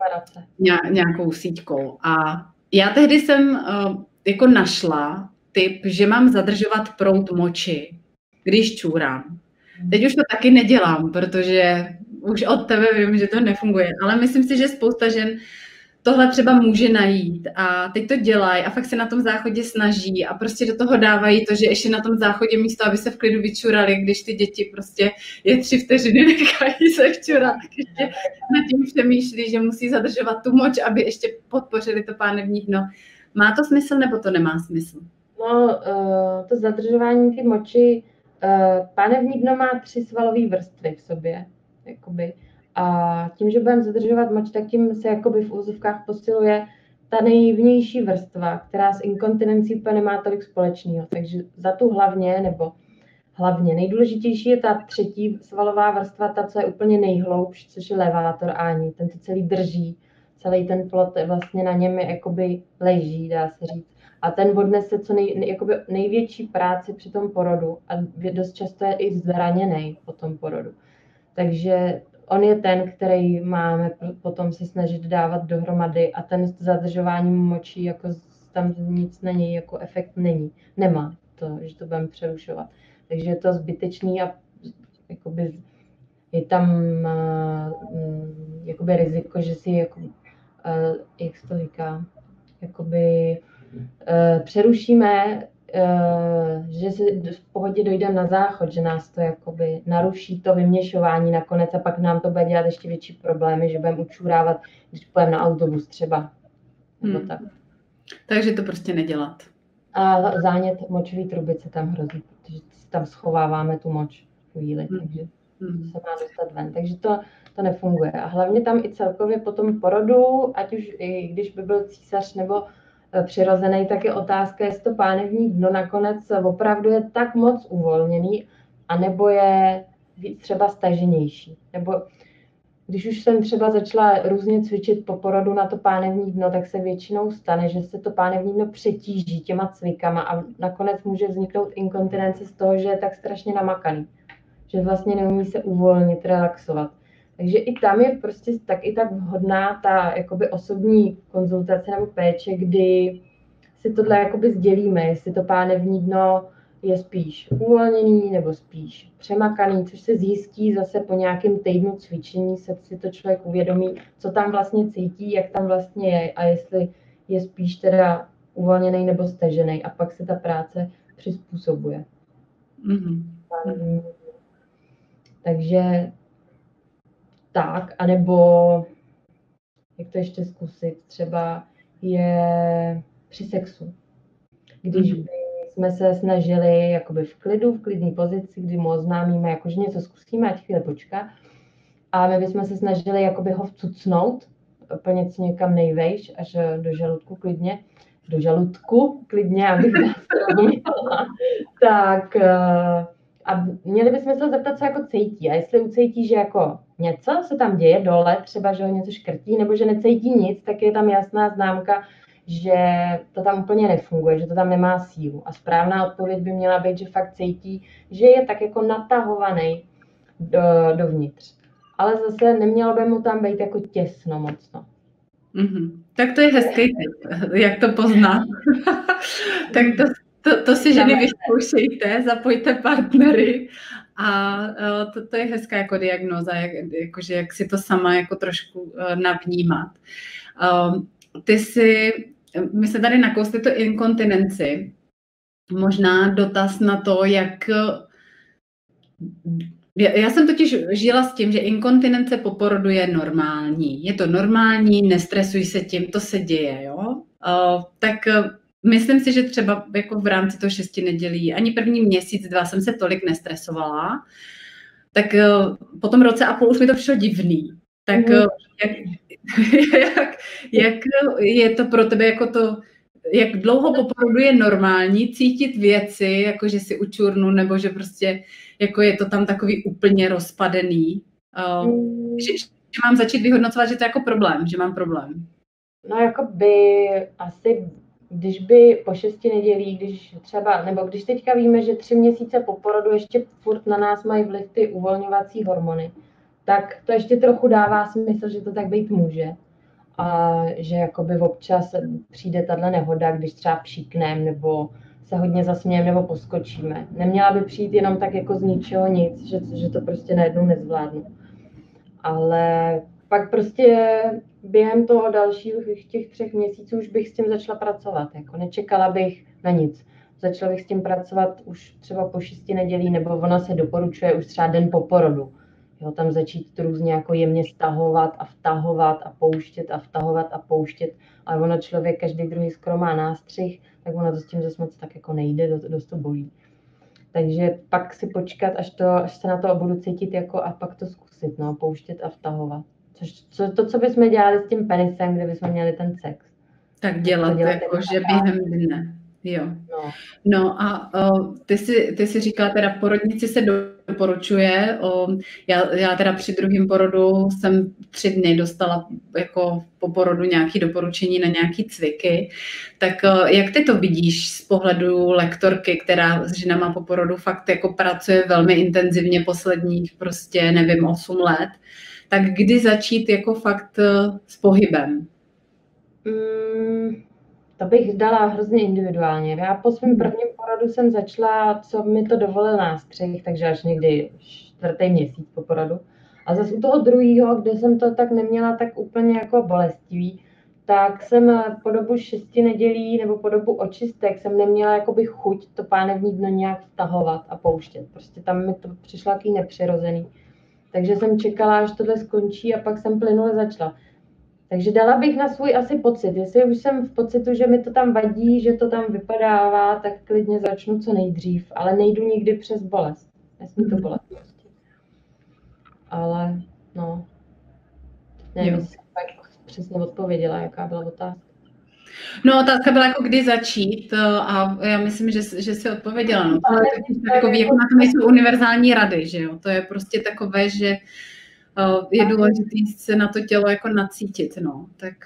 nějakou síťkou. A já tehdy jsem uh, jako našla tip, že mám zadržovat proud moči, když čůrám. Teď už to taky nedělám, protože už od tebe vím, že to nefunguje, ale myslím si, že spousta žen tohle třeba může najít a teď to dělají a fakt se na tom záchodě snaží a prostě do toho dávají to, že ještě na tom záchodě místo, aby se v klidu vyčurali, když ty děti prostě je tři vteřiny nechají se včurat, tak ještě nad tím přemýšlí, že musí zadržovat tu moč, aby ještě podpořili to pánevní dno. Má to smysl nebo to nemá smysl? No, to zadržování ty moči, pánevní dno má tři svalové vrstvy v sobě, jakoby. A tím, že budeme zadržovat moč, tak tím se jakoby v úzovkách posiluje ta nejvnější vrstva, která s inkontinencí úplně nemá tolik společného. Takže za tu hlavně, nebo hlavně nejdůležitější je ta třetí svalová vrstva, ta, co je úplně nejhloubš, což je levátor ání. Ten to celý drží, celý ten plot vlastně na něm je, jakoby leží, dá se říct. A ten odnese co nej, nej, jakoby největší práci při tom porodu a dost často je i zraněný po tom porodu. Takže on je ten, který máme potom se snažit dávat dohromady a ten zadržování močí, jako tam nic na něj jako efekt není. Nemá to, že to budeme přerušovat. Takže je to zbytečný a jakoby je tam jakoby riziko, že si jako, jak se to říká, jakoby přerušíme, že se v pohodě dojde na záchod, že nás to jakoby naruší to vyměšování nakonec a pak nám to bude dělat ještě větší problémy, že budeme učurávat, když půjdeme na autobus třeba. Nebo hmm. tak. Takže to prostě nedělat. A zánět močové trubice tam hrozí, protože tam schováváme tu moč chvíli, hmm. takže hmm. se má dostat ven. Takže to, to nefunguje. A hlavně tam i celkově po tom porodu, ať už i když by byl císař nebo přirozený, tak je otázka, jestli to pánevní dno nakonec opravdu je tak moc uvolněný, anebo je třeba staženější. Nebo když už jsem třeba začala různě cvičit po porodu na to pánevní dno, tak se většinou stane, že se to pánevní dno přetíží těma cvikama a nakonec může vzniknout inkontinence z toho, že je tak strašně namakaný, že vlastně neumí se uvolnit, relaxovat. Takže i tam je prostě tak i tak vhodná ta jakoby osobní konzultace nebo péče, kdy si tohle jakoby sdělíme, jestli to pánevní dno je spíš uvolněný nebo spíš přemakaný, což se zjistí zase po nějakém týdnu cvičení, se si to člověk uvědomí, co tam vlastně cítí, jak tam vlastně je a jestli je spíš teda uvolněný nebo stažený a pak se ta práce přizpůsobuje. Mm-hmm. Takže tak, anebo jak to ještě zkusit, třeba je při sexu. Když by jsme se snažili jakoby v klidu, v klidné pozici, kdy mu oznámíme, jako, že něco zkusíme, ať chvíli počká, a my bychom se snažili jakoby ho vcucnout, plnit si někam nejvejš, až do žaludku klidně, do žaludku klidně, abych vás rozuměla, tak a měli bychom se zeptat, co jako cítí. A jestli ucítí, že jako něco se tam děje dole, třeba, že ho něco škrtí, nebo že necítí nic, tak je tam jasná známka, že to tam úplně nefunguje, že to tam nemá sílu. A správná odpověď by měla být, že fakt cítí, že je tak jako natahovaný do, dovnitř. Ale zase nemělo by mu tam být jako těsno mocno. Mm-hmm. Tak to je hezký tip, jak to poznat. Tak to, to, to si ženy vyzkoušejte, zapojte partnery a to, to je hezká jako diagnóza, jak, jakože jak si to sama jako trošku navnímat. Ty si, my se tady nakousli to inkontinenci, možná dotaz na to, jak... Já jsem totiž žila s tím, že inkontinence po porodu je normální. Je to normální, nestresuj se tím, to se děje, jo. Uh, tak uh, myslím si, že třeba jako v rámci toho šesti nedělí, ani první měsíc, dva jsem se tolik nestresovala. Tak uh, po tom roce a půl už mi to přišlo divný. Tak uh, jak, jak, jak je to pro tebe jako to... Jak dlouho po porodu je normální cítit věci, jako že si učurnu, nebo že prostě jako je to tam takový úplně rozpadený. Uh, mm. že, že mám začít vyhodnocovat, že to je jako problém, že mám problém. No jako by asi, když by po šesti nedělí, když třeba, nebo když teďka víme, že tři měsíce po porodu ještě furt na nás mají vliv ty uvolňovací hormony, tak to ještě trochu dává smysl, že to tak být může. A že jakoby občas přijde tahle nehoda, když třeba pšíknem nebo se hodně zasmějeme nebo poskočíme. Neměla by přijít jenom tak jako z ničeho nic, že, že to prostě najednou nezvládnu. Ale pak prostě během toho dalších těch třech měsíců už bych s tím začala pracovat. Jako nečekala bych na nic. Začala bych s tím pracovat už třeba po šesti nedělí, nebo ona se doporučuje už třeba den po porodu. Jo, tam začít různě jako jemně stahovat a vtahovat a pouštět a vtahovat a pouštět. Ale ono člověk každý druhý skoro má nástřih, tak ono to s tím zase moc tak jako nejde, dost to bolí. Takže pak si počkat, až, to, až se na to budu cítit jako a pak to zkusit, no, pouštět a vtahovat. Což co, to, co bychom dělali s tím penisem, kde bychom měli ten sex. Tak dělat, dělat jako, že během dne. Jo. No, no a uh, ty, si, ty si říkala, teda v porodnici se doporučuje, uh, já, já teda při druhém porodu jsem tři dny dostala jako po porodu nějaké doporučení na nějaké cviky, tak uh, jak ty to vidíš z pohledu lektorky, která s ženama po porodu fakt jako pracuje velmi intenzivně posledních prostě nevím osm let, tak kdy začít jako fakt uh, s pohybem? Mm. To bych dala hrozně individuálně. Já po svém prvním porodu jsem začala, co mi to dovolil nástřih, takže až někdy čtvrtý měsíc po porodu. A zase u toho druhého, kde jsem to tak neměla tak úplně jako bolestivý, tak jsem po dobu šesti nedělí nebo po dobu očistek jsem neměla jakoby chuť to pánevní dno nějak vtahovat a pouštět. Prostě tam mi to přišlo takový nepřirozený. Takže jsem čekala, až tohle skončí a pak jsem plynule začala. Takže dala bych na svůj asi pocit. Jestli už jsem v pocitu, že mi to tam vadí, že to tam vypadává, tak klidně začnu co nejdřív, ale nejdu nikdy přes bolest. Nesmí to bolet prostě. Ale no, nevím, jestli jsem tak přesně odpověděla, jaká byla otázka. No, otázka byla jako kdy začít a já myslím, že, že si odpověděla. No. To je takový, jako na to nejsou univerzální rady, že jo. To je prostě takové, že je důležité se na to tělo jako nacítit, no. Tak...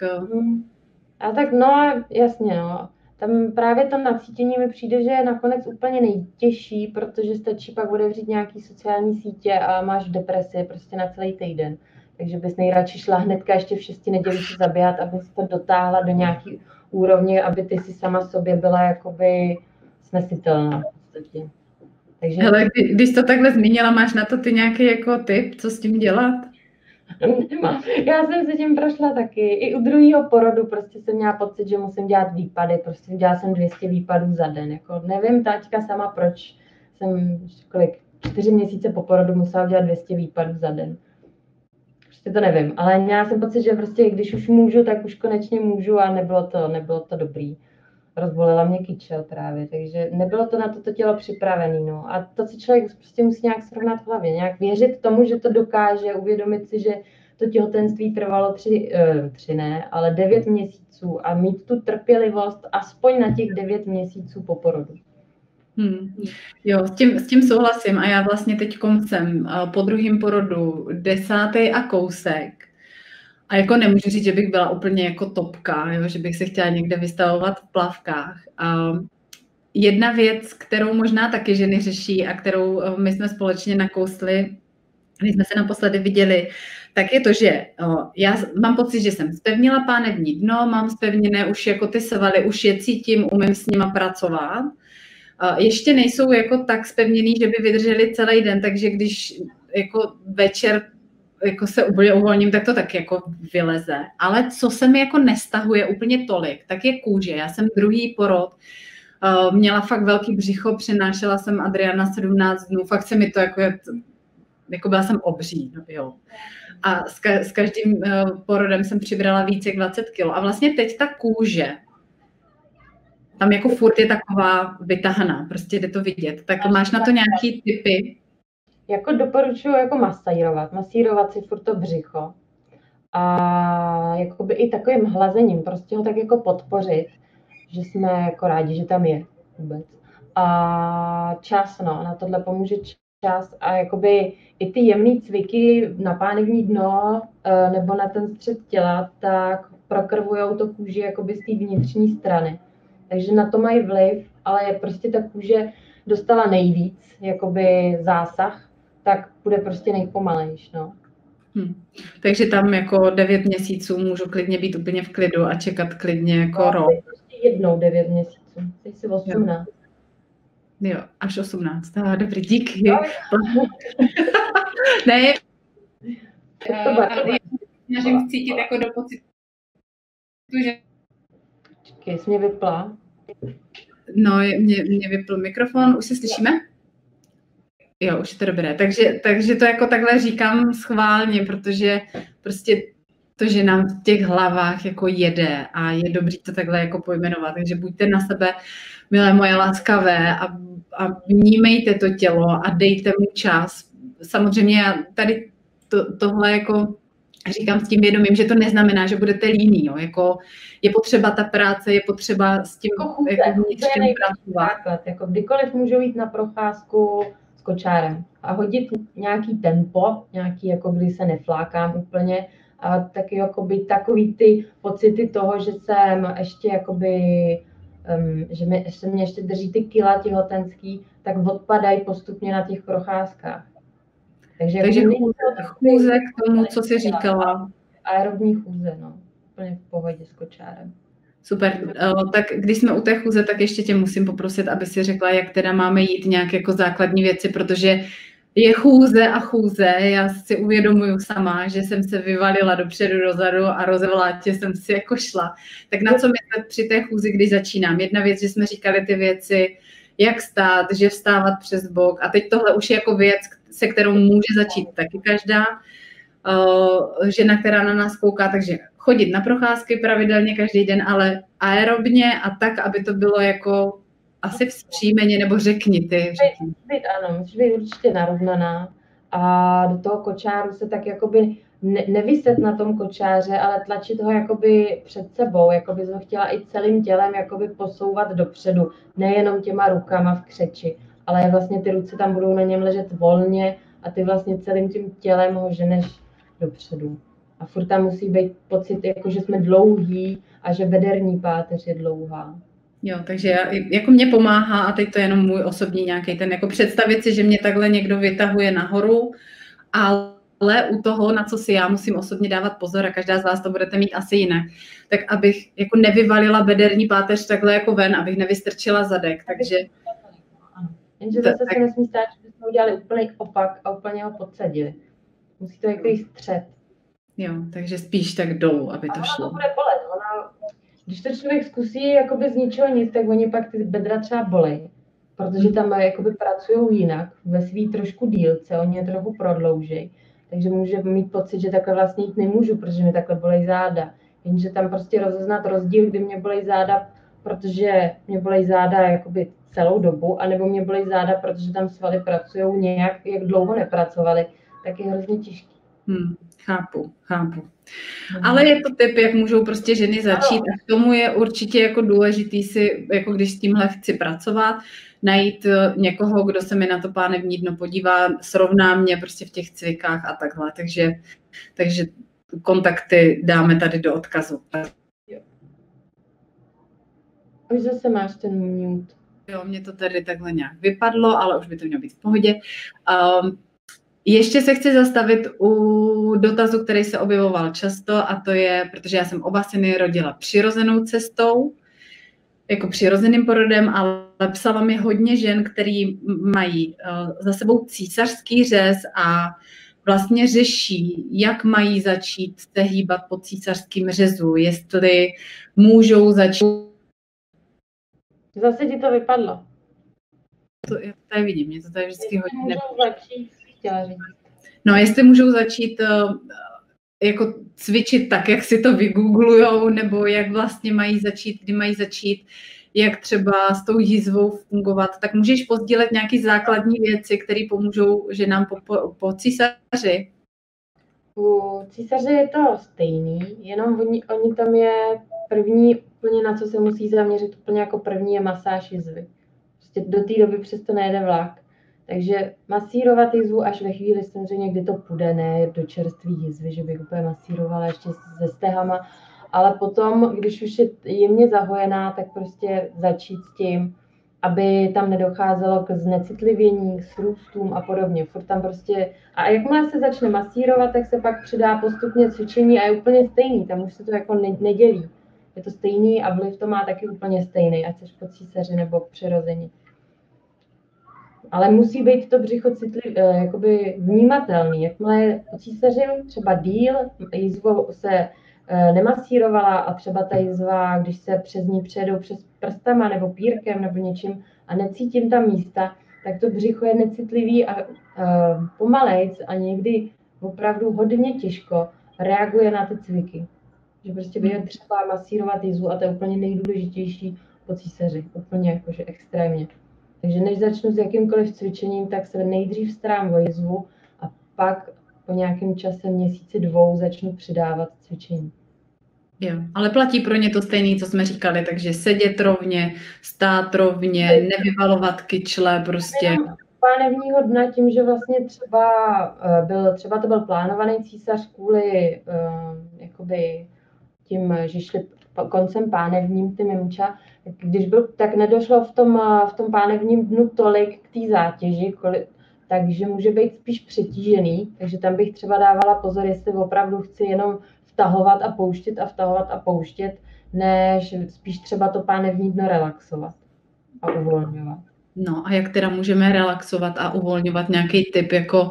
A tak no, jasně, no. Tam právě to nacítění mi přijde, že je nakonec úplně nejtěžší, protože stačí pak otevřít nějaký sociální sítě a máš depresi prostě na celý týden. Takže bys nejradši šla hnedka ještě v šesti nedělí si zaběhat, aby si to dotáhla do nějaký úrovně, aby ty si sama sobě byla jakoby snesitelná v podstatě. Takže... Hele, když to takhle zmínila, máš na to ty nějaký jako tip, co s tím dělat? Nemám. Já jsem se tím prošla taky. I u druhého porodu prostě jsem měla pocit, že musím dělat výpady. Prostě dělala jsem dvě stě výpadů za den. Jako nevím taťka sama, proč jsem kolik, čtyři měsíce po porodu musela dělat dvě stě výpadů za den. Prostě to nevím. Ale měla jsem pocit, že prostě když už můžu, tak už konečně můžu a nebylo to, nebylo to dobrý. Rozbolela mě kyčel právě, takže nebylo to na toto tělo připravené. No. A to, co člověk prostě musí nějak srovnat v hlavě, nějak věřit tomu, že to dokáže, uvědomit si, že to těhotenství trvalo tři, uh, tři ne, ale devět měsíců a mít tu trpělivost aspoň na těch devět měsíců po porodu. Hmm. Jo, s tím, s tím souhlasím a já vlastně teď jsem po druhém porodu desátý a kousek. A jako nemůžu říct, že bych byla úplně jako topka, jo, že bych se chtěla někde vystavovat v plavkách. A jedna věc, kterou možná taky ženy řeší a kterou my jsme společně nakousli když jsme se naposledy viděli, tak je to, že o, já mám pocit, že jsem zpevnila pánevní dno, mám zpevněné už jako ty svaly, už je cítím, umím s nima pracovat. O, ještě nejsou jako tak zpevněný, že by vydrželi celý den, takže když jako večer jako se úplně uvolním, tak to tak jako vyleze. Ale co se mi jako nestahuje úplně tolik, tak je kůže. Já jsem druhý porod, uh, měla fakt velký břicho, přenášela jsem Adriana sedmnáct dnů, fakt se mi to jako, jako byla jsem obří, no, jo. A s, ka- s každým uh, porodem jsem přibrala více jak dvacet kilo. A vlastně teď ta kůže, tam jako furt je taková vytahaná, prostě jde to vidět. Tak máš na to nějaký tipy? Jako doporučuji jako masírovat, masírovat si furt to břicho a jakoby i takovým hlazením, prostě ho tak jako podpořit, že jsme jako rádi, že tam je vůbec. A čas, no, na tohle pomůže čas a jakoby i ty jemný cviky na pánevní dno nebo na ten střed těla, tak prokrvujou to kůži jakoby z té vnitřní strany. Takže na to mají vliv, ale prostě ta kůže dostala nejvíc jakoby zásah, tak bude prostě nejpomalejš, no. Hmm. Takže tam jako devět měsíců můžu klidně být úplně v klidu a čekat klidně jako no, rok. Prostě jednou devět měsíců, teď si osmnáct. Jo, jo až osmnáct. Ah, dobrý, díky. No. Ne, snažím cítit jako do pocitu, že... Počkej, jsi mě vypla? No, mě, mě vypl mikrofon, už se slyšíme? Jo, už je to dobré. Takže, takže to jako takhle říkám schválně, protože prostě to, že nám v těch hlavách jako jede a je dobrý to takhle jako pojmenovat. Takže buďte na sebe, milé moje láskavé, a, a vnímejte to tělo a dejte mu čas. Samozřejmě já tady to, tohle jako říkám s tím vědomím, že to neznamená, že budete líní. Jo? Jako je potřeba ta práce, je potřeba s tím jako chůze, jako vnitřním pracovat. Jako kdykoliv můžou jít na procházku s kočárem a hodit nějaký tempo, nějaký, jako kdy se neflákám úplně, a taky jakoby takový ty pocity toho, že jsem ještě jakoby, um, že mě, že mě ještě drží ty kila těhotenský, tak odpadají postupně na těch procházkách. Takže, Takže jako chůze, chůze k tomu, co jsi říkala. Aerobní chůze, no. Úplně v pohodě s kočárem. Super, tak když jsme u té chůze, tak ještě tě musím poprosit, aby si řekla, jak teda máme jít nějak jako základní věci, protože je chůze a chůze. Já si uvědomuju sama, že jsem se vyvalila dopředu, dozadu a rozevlátě jsem si jako šla. Tak na co myslet při té chůzi, když začínám? Jedna věc, že jsme říkali ty věci, jak stát, že vstávat přes bok. A teď tohle už je jako věc, se kterou může začít taky každá uh, žena, která na nás kouká. Takže chodit na procházky pravidelně každý den, ale aerobně a tak, aby to bylo jako asi vzpřímeně, nebo řekni ty. Řekni. Být, ano, musíš být určitě narovnaná a do toho kočáru se tak jakoby ne, nevyset na tom kočáře, ale tlačit ho jakoby před sebou, jakoby ho chtěla i celým tělem jakoby posouvat dopředu, nejenom těma rukama v křeči, ale vlastně ty ruce tam budou na něm ležet volně a ty vlastně celým tím tělem ho ženeš dopředu. A furt tam musí být pocit, jako že jsme dlouhý a že bederní páteř je dlouhá. Jo, takže já, jako mě pomáhá, a teď to je jenom můj osobní nějaký ten, jako představit si, že mě takhle někdo vytahuje nahoru, ale u toho, na co si já musím osobně dávat pozor, a každá z vás to budete mít asi jinak, tak abych jako nevyvalila bederní páteř takhle jako ven, abych nevystrčila zadek, takže... Jenže zase se nesmí stát, že bychom udělali úplný opak a úplně ho podsadili. Musí to jako střed. Jo, takže spíš tak dolů, aby to šlo. Ona to bude bolet. Ona, když to člověk zkusí jakoby z ničeho nic, tak oni pak ty bedra třeba bolej. Protože tam jakoby pracují jinak, ve svý trošku dílce, oni je trochu prodlouží. Takže může mít pocit, že takhle vlastně jít nemůžu, protože mi takhle bolej záda. Jenže tam prostě rozeznat rozdíl, kdy mě bolej záda, protože mě bolej záda jakoby celou dobu, anebo mě bolej záda, protože tam svaly pracují nějak, jak dlouho nepracovali, tak je hrozně těžký. Hmm, chápu, chápu. Hmm. Ale je to tip, jak můžou prostě ženy začít, a k tomu je určitě jako důležitý si, jako když s tímhle chci pracovat, najít někoho, kdo se mi na to pánevní dno podívá, srovná mě prostě v těch cvikách a takhle, takže, takže kontakty dáme tady do odkazu. Jo. Už zase máš ten mute. Jo, mě to tady takhle nějak vypadlo, ale už by to mělo být v pohodě. Um, Ještě se chci zastavit u dotazu, který se objevoval často, a to je, protože já jsem oba syny rodila přirozenou cestou, jako přirozeným porodem, ale psala mi hodně žen, který mají uh, za sebou císařský řez a vlastně řeší, jak mají začít se hýbat po císařském řezu, jestli můžou začít. Zase ti to vypadlo. To, já to tady vidím, mě to tady vždycky Jestli hodně. můžou začít, chtěla říct. No, jestli můžou začít uh, jako cvičit tak, jak si to vygooglujou, nebo jak vlastně mají začít, kdy mají začít, jak třeba s tou jízvou fungovat, tak můžeš podsdílet nějaké základní věci, které pomůžou ženám po, po, po císaři? U císaře je to stejný, jenom oni, oni tam je první, úplně na co se musí zaměřit, úplně jako první je masáž jizvy. Prostě do té doby přesto nejde vlak. Takže masírovat jizvu až ve chvíli samozřejmě, kdy to půjde, ne do čerství jizvy, že bych úplně masírovala ještě se stehama, ale potom, když už je jemně zahojená, tak prostě začít s tím, aby tam nedocházelo k znecitlivění, k srůstům a podobně. Furt tam prostě, a jakmile se začne masírovat, tak se pak přidá postupně cvičení a je úplně stejný, tam už se to jako ne, nedělí. Je to stejný a vliv to má taky úplně stejný, ať seš po císaři nebo přirozeně. Ale musí být to břicho citliv, jakoby vnímatelný. Jakmile je po císaři třeba díl, jizvou se nemasírovala a třeba ta jizva, když se přes ní přejedou přes prstama nebo pírkem nebo něčím a necítím tam místa, tak to břicho je necitlivý a, a pomalejc a někdy opravdu hodně těžko reaguje na ty cviky. Že prostě by je třeba masírovat jizvu a to je úplně nejdůležitější po císaři. Úplně jakože extrémně. Takže než začnu s jakýmkoliv cvičením, tak se nejdřív starám o jizvu a pak po nějakém čase, měsíci dvou, začnu přidávat cvičení. Jo, ale platí pro ně to stejné, co jsme říkali, takže sedět rovně, stát rovně, nevyvalovat kyčle, prostě. Pánevního dna tím, že vlastně třeba byl, třeba to byl plánovaný císař kvůli uh, jakoby tím, že šli koncem pánevním ty mimča, když byl, tak nedošlo v tom, v tom pánevním dnu tolik k té zátěži, kolik, takže může být spíš přetížený, takže tam bych třeba dávala pozor, jestli opravdu chci jenom vtahovat a pouštět a vtahovat a pouštět, než spíš třeba to pánevní dno relaxovat a uvolňovat. No a jak teda můžeme relaxovat a uvolňovat nějaký tip jako?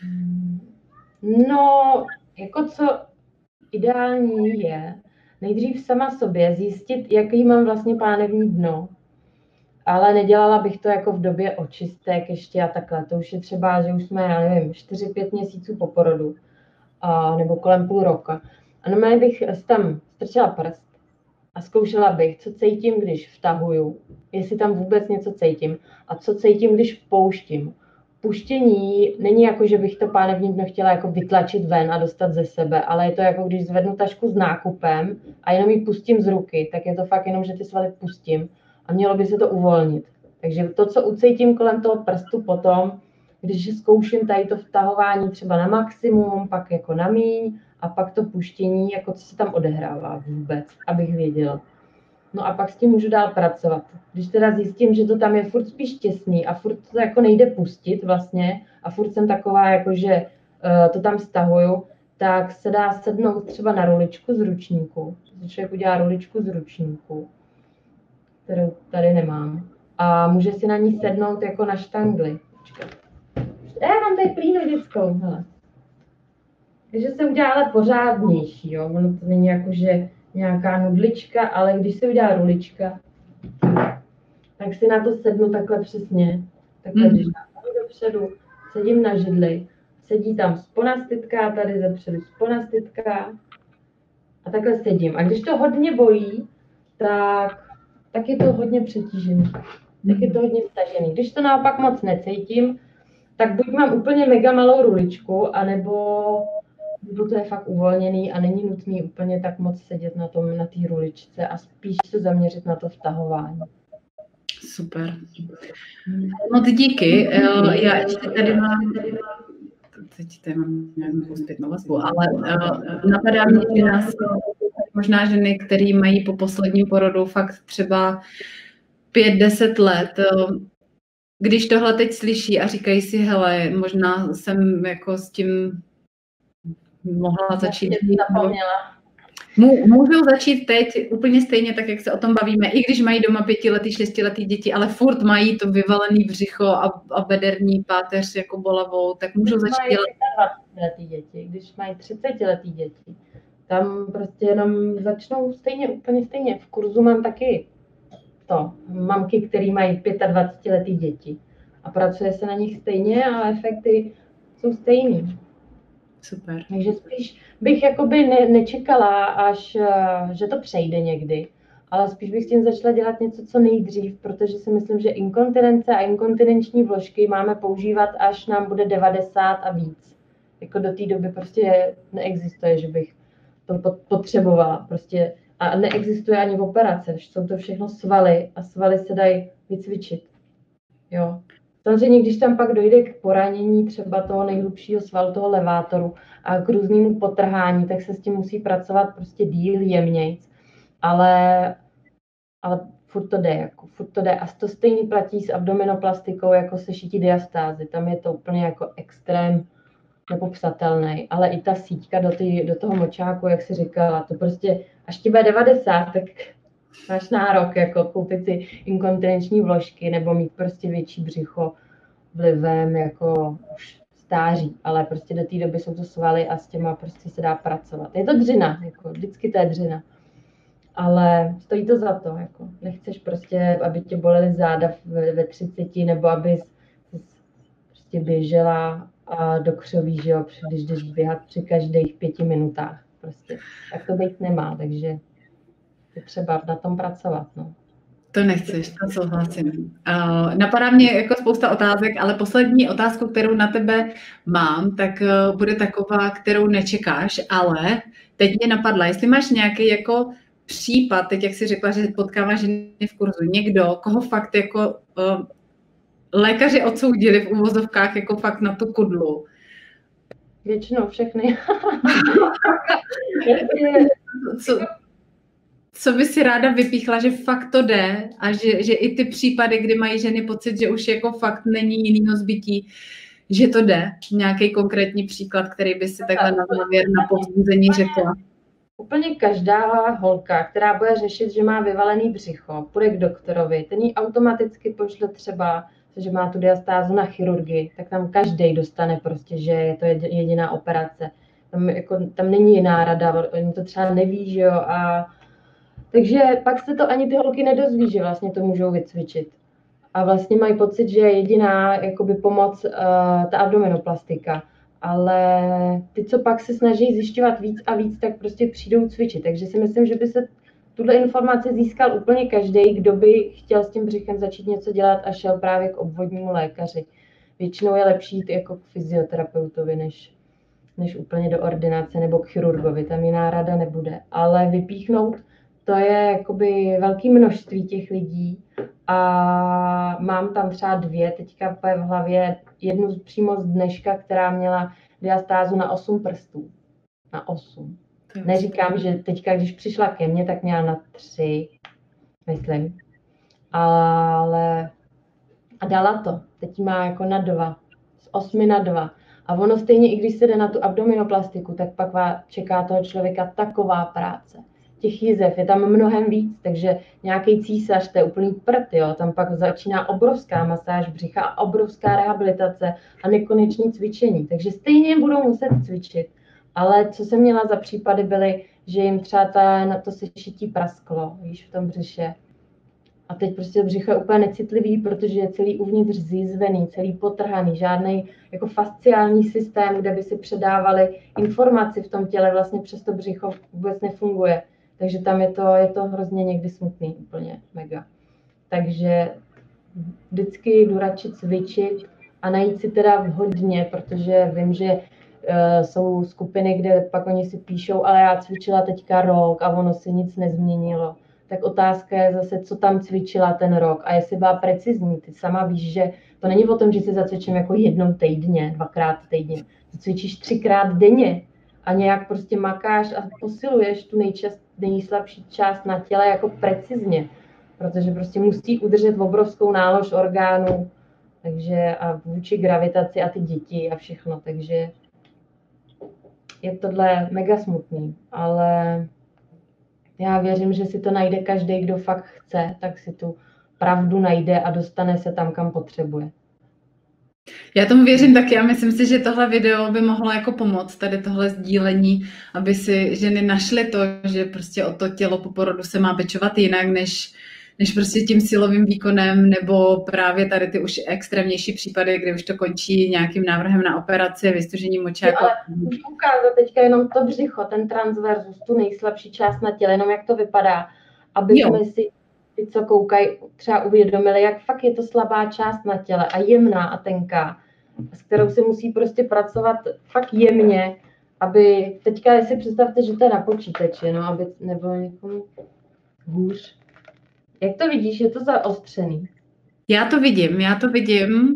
No, jako co ideální je, nejdřív sama sobě zjistit, jaký mám vlastně pánevní dno, ale nedělala bych to jako v době očistek ještě a takhle. To už je třeba, že už jsme, já nevím, čtyři pět měsíců po porodu, a, nebo kolem půl roka. A normálně bych tam strčila prst a zkoušela bych, co cítím, když vtahuju, jestli tam vůbec něco cítím a co cítím, když pouštím. Puštění není jako, že bych to pánevní dno chtěla jako vytlačit ven a dostat ze sebe, ale je to jako, když zvednu tašku s nákupem a jenom ji pustím z ruky, tak je to fakt jenom, že ty svaly pustím a mělo by se to uvolnit. Takže to, co ucítím kolem toho prstu potom, když zkouším tady to vtahování třeba na maximum, pak jako na míň a pak to puštění, jako co se tam odehrává vůbec, abych věděla. No a pak s tím můžu dál pracovat. Když teda zjistím, že to tam je furt spíš těsný a furt to jako nejde pustit vlastně a furt jsem taková, jako že uh, to tam stahuju, tak se dá sednout třeba na ruličku z ručníku. Člověk udělá ruličku z ručníku, kterou tady nemám. A může si na ní sednout jako na štangli. Já mám tady plínu dětskou, hele. Takže se udělá ale pořádnější, jo. Ono to není jako, že nějaká nudlička, ale když se udělá rulička, tak si na to sednu takhle přesně. Takhle, mm. když mám dopředu, sedím na židli, sedí tam sponastytka, tady zepředu sponastytka a takhle sedím. A když to hodně bolí, tak, tak je to hodně přetížený. Tak je to hodně vtažený. Když to naopak moc necítím, tak buď mám úplně mega malou ruličku, anebo nebo to je fakt uvolněný a není nutný úplně tak moc sedět na tom, na té ruličce a spíš se zaměřit na to vtahování. Super. Moc díky. Já ještě tady mám, teď tady mám nějakou zpětnou vazbu, ale napadá mě, že nás možná ženy, které mají po posledním porodu fakt třeba pět deset let, když tohle teď slyší a říkají si, hele, možná jsem jako s tím mohla začít. Zapomněla. Můžou začít teď úplně stejně tak, jak se o tom bavíme, i když mají doma pětiletý, šestiletý děti, ale furt mají to vyvalený břicho a, a bederní páteř jako bolavou, tak můžou když začít mají dělat. dvacetiletý děti, když mají třicetiletý děti, tam prostě jenom začnou stejně, úplně stejně. V kurzu mám taky to, mamky, které mají dvacetiletý děti a pracuje se na nich stejně, ale efekty jsou stejný. Super. Takže spíš bych jakoby ne, nečekala, až že to přejde někdy, ale spíš bych s tím začala dělat něco co nejdřív, protože si myslím, že inkontinence a inkontinenční vložky máme používat, až nám bude devadesát a víc. Jako do té doby prostě neexistuje, že bych to potřebovala. Prostě a neexistuje ani operace, jsou to všechno svaly a svaly se dají vycvičit. Jo. Samozřejmě, když tam pak dojde k poranění třeba toho nejhlubšího svalu, toho levátoru a k různému potrhání, tak se s tím musí pracovat prostě díl, jemnějc. Ale, ale furt to jde, jako, furt to jde. A to stejný platí s abdominoplastikou, jako se šití diastázy. Tam je to úplně jako extrém nepopsatelný. Ale i ta síťka do, ty, do toho močáku, jak jsi říkala, to prostě, až ti bude devadesát, tak máš nárok jako koupit si inkontinenční vložky nebo mít prostě větší břicho vlivem jako už stáří, ale prostě do té doby jsou to svaly a s těma prostě se dá pracovat. Je to dřina, jako vždycky to je dřina, ale stojí to za to, jako nechceš prostě, aby tě bolely záda ve, ve třiceti nebo aby jsi prostě běžela a do křoví, že jo, když jdeš běhat při každých pěti minutách, prostě, tak to být nemá, takže je třeba na tom pracovat, no. To nechceš, to souhlasím. Uh, napadá mě jako spousta otázek, ale poslední otázku, kterou na tebe mám, tak uh, bude taková, kterou nečekáš, ale teď mě napadla, jestli máš nějaký jako případ, teď jak jsi řekla, že potkáváš ženy v kurzu, někdo, koho fakt jako uh, lékaři odsoudili v uvozovkách jako fakt na tu kudlu. Většinou všechny. Co, co by si ráda vypíchla, že fakt to jde a že, že i ty případy, kdy mají ženy pocit, že už jako fakt není jinýho zbytí, že to jde? Nějaký konkrétní příklad, který by si takhle na závěr na povzbuzení řekla? Úplně každá holka, která bude řešit, že má vyvalený břicho, půjde k doktorovi, ten jí automaticky pošle třeba, že má tu diastázu na chirurgii, tak tam každý dostane prostě, že je to jediná operace. Tam, jako, tam není jiná rada, oni to třeba neví, že jo, a takže pak se to ani ty holky nedozví, že vlastně to můžou vycvičit. A vlastně mají pocit, že je jediná jakoby pomoc uh, ta abdominoplastika. Ale ty, co pak se snaží zjišťovat víc a víc, tak prostě přijdou cvičit. Takže si myslím, že by se tuhle informaci získal úplně každý, kdo by chtěl s tím břichem začít něco dělat a šel právě k obvodnímu lékaři. Většinou je lepší jít jako k fyzioterapeutovi, než, než úplně do ordinace nebo k chirurgovi. Tam jiná rada nebude. Ale vypíchnout, to je jakoby velké množství těch lidí a mám tam třeba dvě teďka v hlavě, jednu přímo z dneška, která měla diastázu na osm prstů. Na osm. Neříkám, že teďka, když přišla ke mně, tak měla na tři, myslím. Ale a dala to. Teď má jako na dva. Z osmi na dva. A ono stejně, i když se jde na tu abdominoplastiku, tak pak čeká toho člověka taková práce. Těch jizev je tam mnohem víc, takže nějaký císař, to je úplný prd, jo. Tam pak začíná obrovská masáž břicha a obrovská rehabilitace a nekonečné cvičení. Takže stejně budou muset cvičit. Ale co jsem měla za případy byly, že jim třeba ta, na to sešití prasklo, víš, v tom břiše. A teď prostě břicho je úplně necitlivý, protože je celý uvnitř zjizvený, celý potrhaný, žádný jako fasciální systém, kde by si předávali informaci v tom těle, vlastně přes to břicho vůbec nefunguje. Takže tam je to, je to hrozně někdy smutný, úplně mega. Takže vždycky jdu radši cvičit a najít si teda vhodně, protože vím, že uh, jsou skupiny, kde pak oni si píšou, ale já cvičila teďka rok a ono se nic nezměnilo. Tak otázka je zase, co tam cvičila ten rok a jestli byla precizní. Ty sama víš, že to není o tom, že si zacvičím jako jednou týdně, dvakrát týdně. Ty cvičíš třikrát denně a nějak prostě makáš a posiluješ tu nejčast, nejslabší část na těle jako precizně. Protože prostě musí udržet obrovskou nálož orgánů Takže a vůči gravitaci a ty děti a všechno, takže je tohle mega smutný, ale já věřím, že si to najde každý, kdo fakt chce, tak si tu pravdu najde a dostane se tam, kam potřebuje. Já tomu věřím taky a myslím si, že tohle video by mohlo jako pomoct, tady tohle sdílení, aby si ženy našly to, že prostě o to tělo po porodu se má pečovat jinak, než, než prostě tím silovým výkonem, nebo právě tady ty už extrémnější případy, kdy už to končí nějakým návrhem na operaci, vystužení močáku. Ale můžu ukázat teďka jenom to břicho, ten transversus, tu nejslabší část na těle, jenom jak to vypadá, aby jsme si ty, co koukají, třeba uvědomili, jak fakt je to slabá část na těle a jemná a tenká, s kterou si musí prostě pracovat fakt jemně, aby, teďka si představte, že to je na počítači, no, aby nebylo někomu hůř. Jak to vidíš, je to zaostřený? Já to vidím, já to vidím.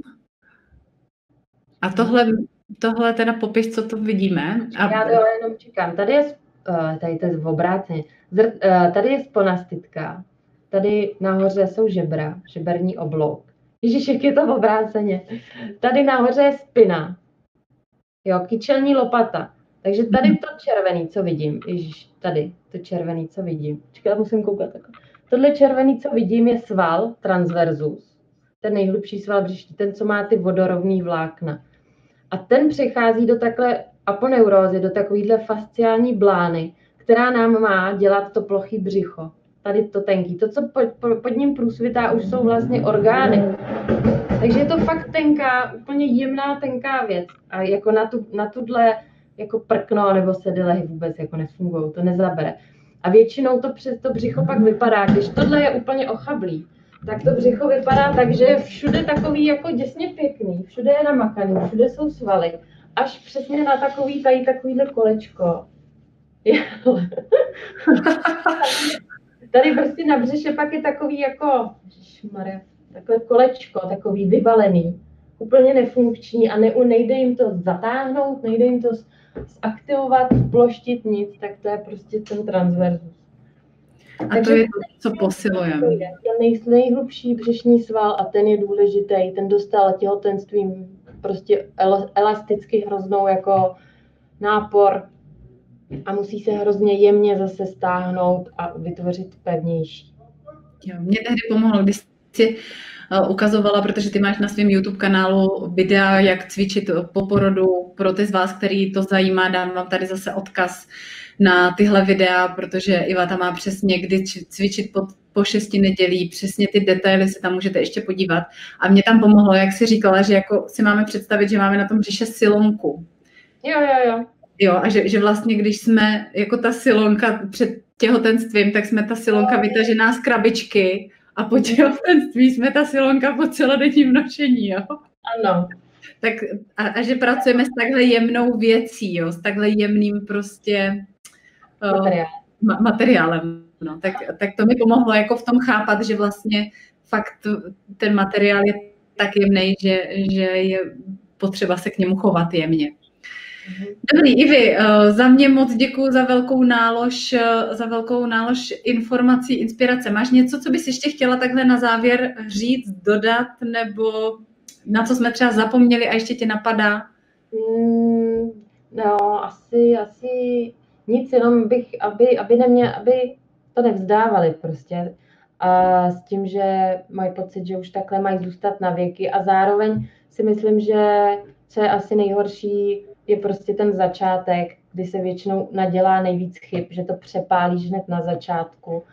A tohle, tohle teda popis, co to vidíme. A... Já to jenom čekám. Tady je, tady to je v obráceně. Tady je sponastitka. Tady nahoře jsou žebra, žeberní oblouk. Ježiš, jak je to v obráceně. Tady nahoře je spina. Jo, kyčelní lopata. Takže tady to červený, co vidím. Ježiš, tady to červený, co vidím. Čekaj, musím koukat takhle. Tohle červený, co vidím, je sval transversus. Ten nejhlubší sval břišní, ten, co má ty vodorovný vlákna. A ten přechází do takhle aponeurózy, do takovýhle fasciální blány, která nám má dělat to plochý břicho. Tady to tenký. To, co pod, pod ním průsvitá, už jsou vlastně orgány. Takže je to fakt tenká, úplně jemná, tenká věc. A jako na, tu, na tuhle jako prkno nebo sedylehy vůbec jako nefungují, to nezabere. A většinou to přes to břicho pak vypadá, když tohle je úplně ochablý, tak to břicho vypadá tak, že je všude takový jako děsně pěkný, všude je namakaný, všude jsou svaly, až přesně na takový tady takovýhle kolečko. Tady prostě na břiše pak je takový jako, ježišmarja, takové kolečko, takový vybalený, úplně nefunkční a ne, nejde jim to zatáhnout, nejde jim to zaktivovat, ploštit nic, tak to je prostě ten transversus. A takže to je to, co posilujeme. Ten nej, nejhlubší břišní sval a ten je důležitý, ten dostal těhotenstvím prostě elasticky hroznou jako nápor a musí se hrozně jemně zase stáhnout a vytvořit pevnější. Jo, mě tehdy pomohlo, když si ukazovala, protože ty máš na svém YouTube kanálu videa, jak cvičit po porodu. Pro ty z vás, který to zajímá, dám vám tady zase odkaz na tyhle videa, protože Iva tam má přesně, kdy cvičit po, po šesti nedělí, přesně ty detaily se tam můžete ještě podívat. A mě tam pomohlo, jak jsi říkala, že jako si máme představit, že máme na tom břiše silonku. Jo, jo, jo. Jo, a že, že vlastně, když jsme jako ta silonka před těhotenstvím, tak jsme ta silonka vytažená z krabičky a po těhotenství jsme ta silonka po celodenním nošení, jo. Ano. Tak a, a že pracujeme s takhle jemnou věcí, jo, s takhle jemným prostě Materiál. uh, ma- materiálem. No, tak, tak to mi pomohlo jako v tom chápat, že vlastně fakt ten materiál je tak jemnej, že, že je potřeba se k němu chovat jemně. Dobrý, Ivi, za mě moc děkuji za velkou nálož, za velkou nálož informací, inspirace. Máš něco, co bys ještě chtěla takhle na závěr říct, dodat, nebo na co jsme třeba zapomněli a ještě tě napadá? Mm, no, asi, asi nic, jenom bych, aby, aby, nemě, aby to nevzdávali prostě. A s tím, že mají pocit, že už takhle mají zůstat na věky a zároveň si myslím, že co je asi nejhorší, je prostě ten začátek, kdy se většinou nadělá nejvíc chyb, že to přepálíš hned na začátku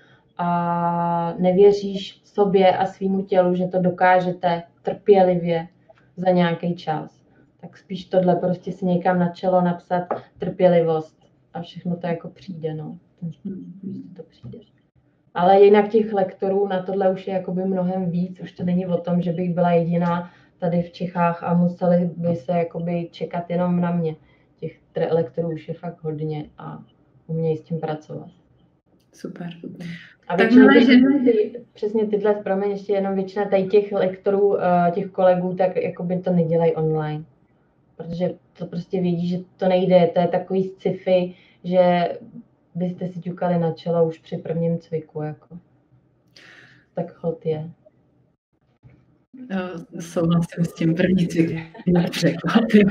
a nevěříš sobě a svýmu tělu, že to dokážete trpělivě za nějaký čas. Tak spíš tohle prostě si někam na čelo napsat trpělivost a všechno to jako přijde, no. To přijde. Ale jinak těch lektorů na tohle už je jakoby mnohem víc, už to není o tom, že bych byla jediná tady v Čechách a museli by se jakoby čekat jenom na mě. Těch lektorů už je fakt hodně a umějí s tím pracovat. Super. A většina těch, ty, přesně tyhle, promiň, ještě jenom většina tady těch lektorů, těch kolegů, tak jakoby to nedělají online. Protože to prostě vědí, že to nejde, to je takový sci-fi, že byste si ťukali na čelo už při prvním cviku, jako. Tak hod je. Souhlasím s tím, první cvik mě překvapil.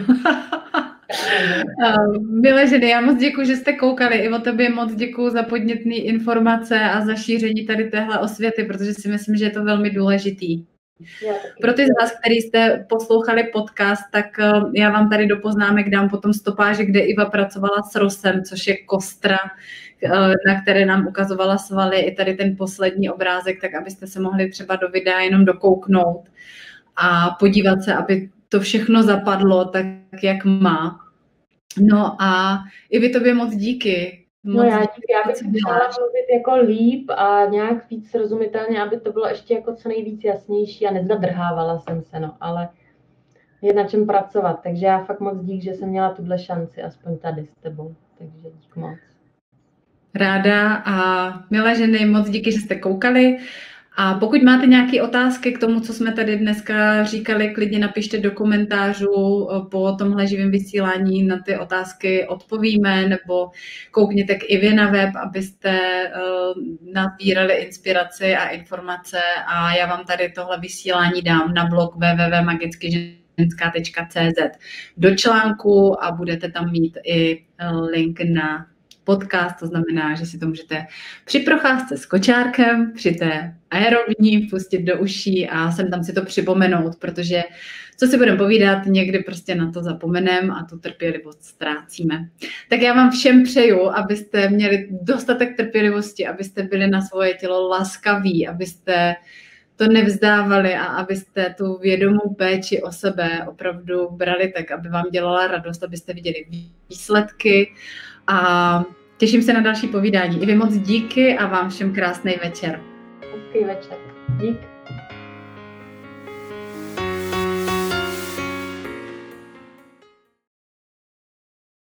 Milé ženy, já moc děkuji, že jste koukali. I o tobě moc děkuji za podnětné informace a za šíření tady téhle osvěty, protože si myslím, že je to velmi důležitý. Pro ty z vás, kteří jste poslouchali podcast, tak já vám tady do poznámek dám potom stopáže, kde Iva pracovala s rosem, což je kostra, na které nám ukazovala svaly, i tady ten poslední obrázek, tak abyste se mohli třeba do videa jenom dokouknout a podívat se, aby to všechno zapadlo tak, jak má. No a i vy tobě moc díky. Moc no já díky, já bych si přála mluvit jako líp a nějak víc srozumitelně, aby to bylo ještě jako co nejvíc jasnější a nezadrhávala jsem se, no, ale je na čem pracovat, takže já fakt moc dík, že jsem měla tuhle šanci, aspoň tady s tebou, takže dík moc. Ráda a milé ženy, moc díky, že jste koukali. A pokud máte nějaké otázky k tomu, co jsme tady dneska říkali, klidně napište do komentářů po tomhle živém vysílání, na ty otázky odpovíme, nebo koukněte k Ivě na web, abyste uh, nazbírali inspiraci a informace a já vám tady tohle vysílání dám na blog w w w tečka magicky ženská tečka c z do článku a budete tam mít i link na podcast, to znamená, že si to můžete při procházce s kočárkem, při té aerobní pustit do uší a sem tam si to připomenout, protože co si budeme povídat, někdy prostě na to zapomeneme a tu trpělivost ztrácíme. Tak já vám všem přeju, abyste měli dostatek trpělivosti, abyste byli na svoje tělo laskaví, abyste to nevzdávali a abyste tu vědomou péči o sebe opravdu brali tak, aby vám dělala radost, abyste viděli výsledky a těším se na další povídání. I vy moc díky a vám všem krásný večer. Hezký večer. Dík.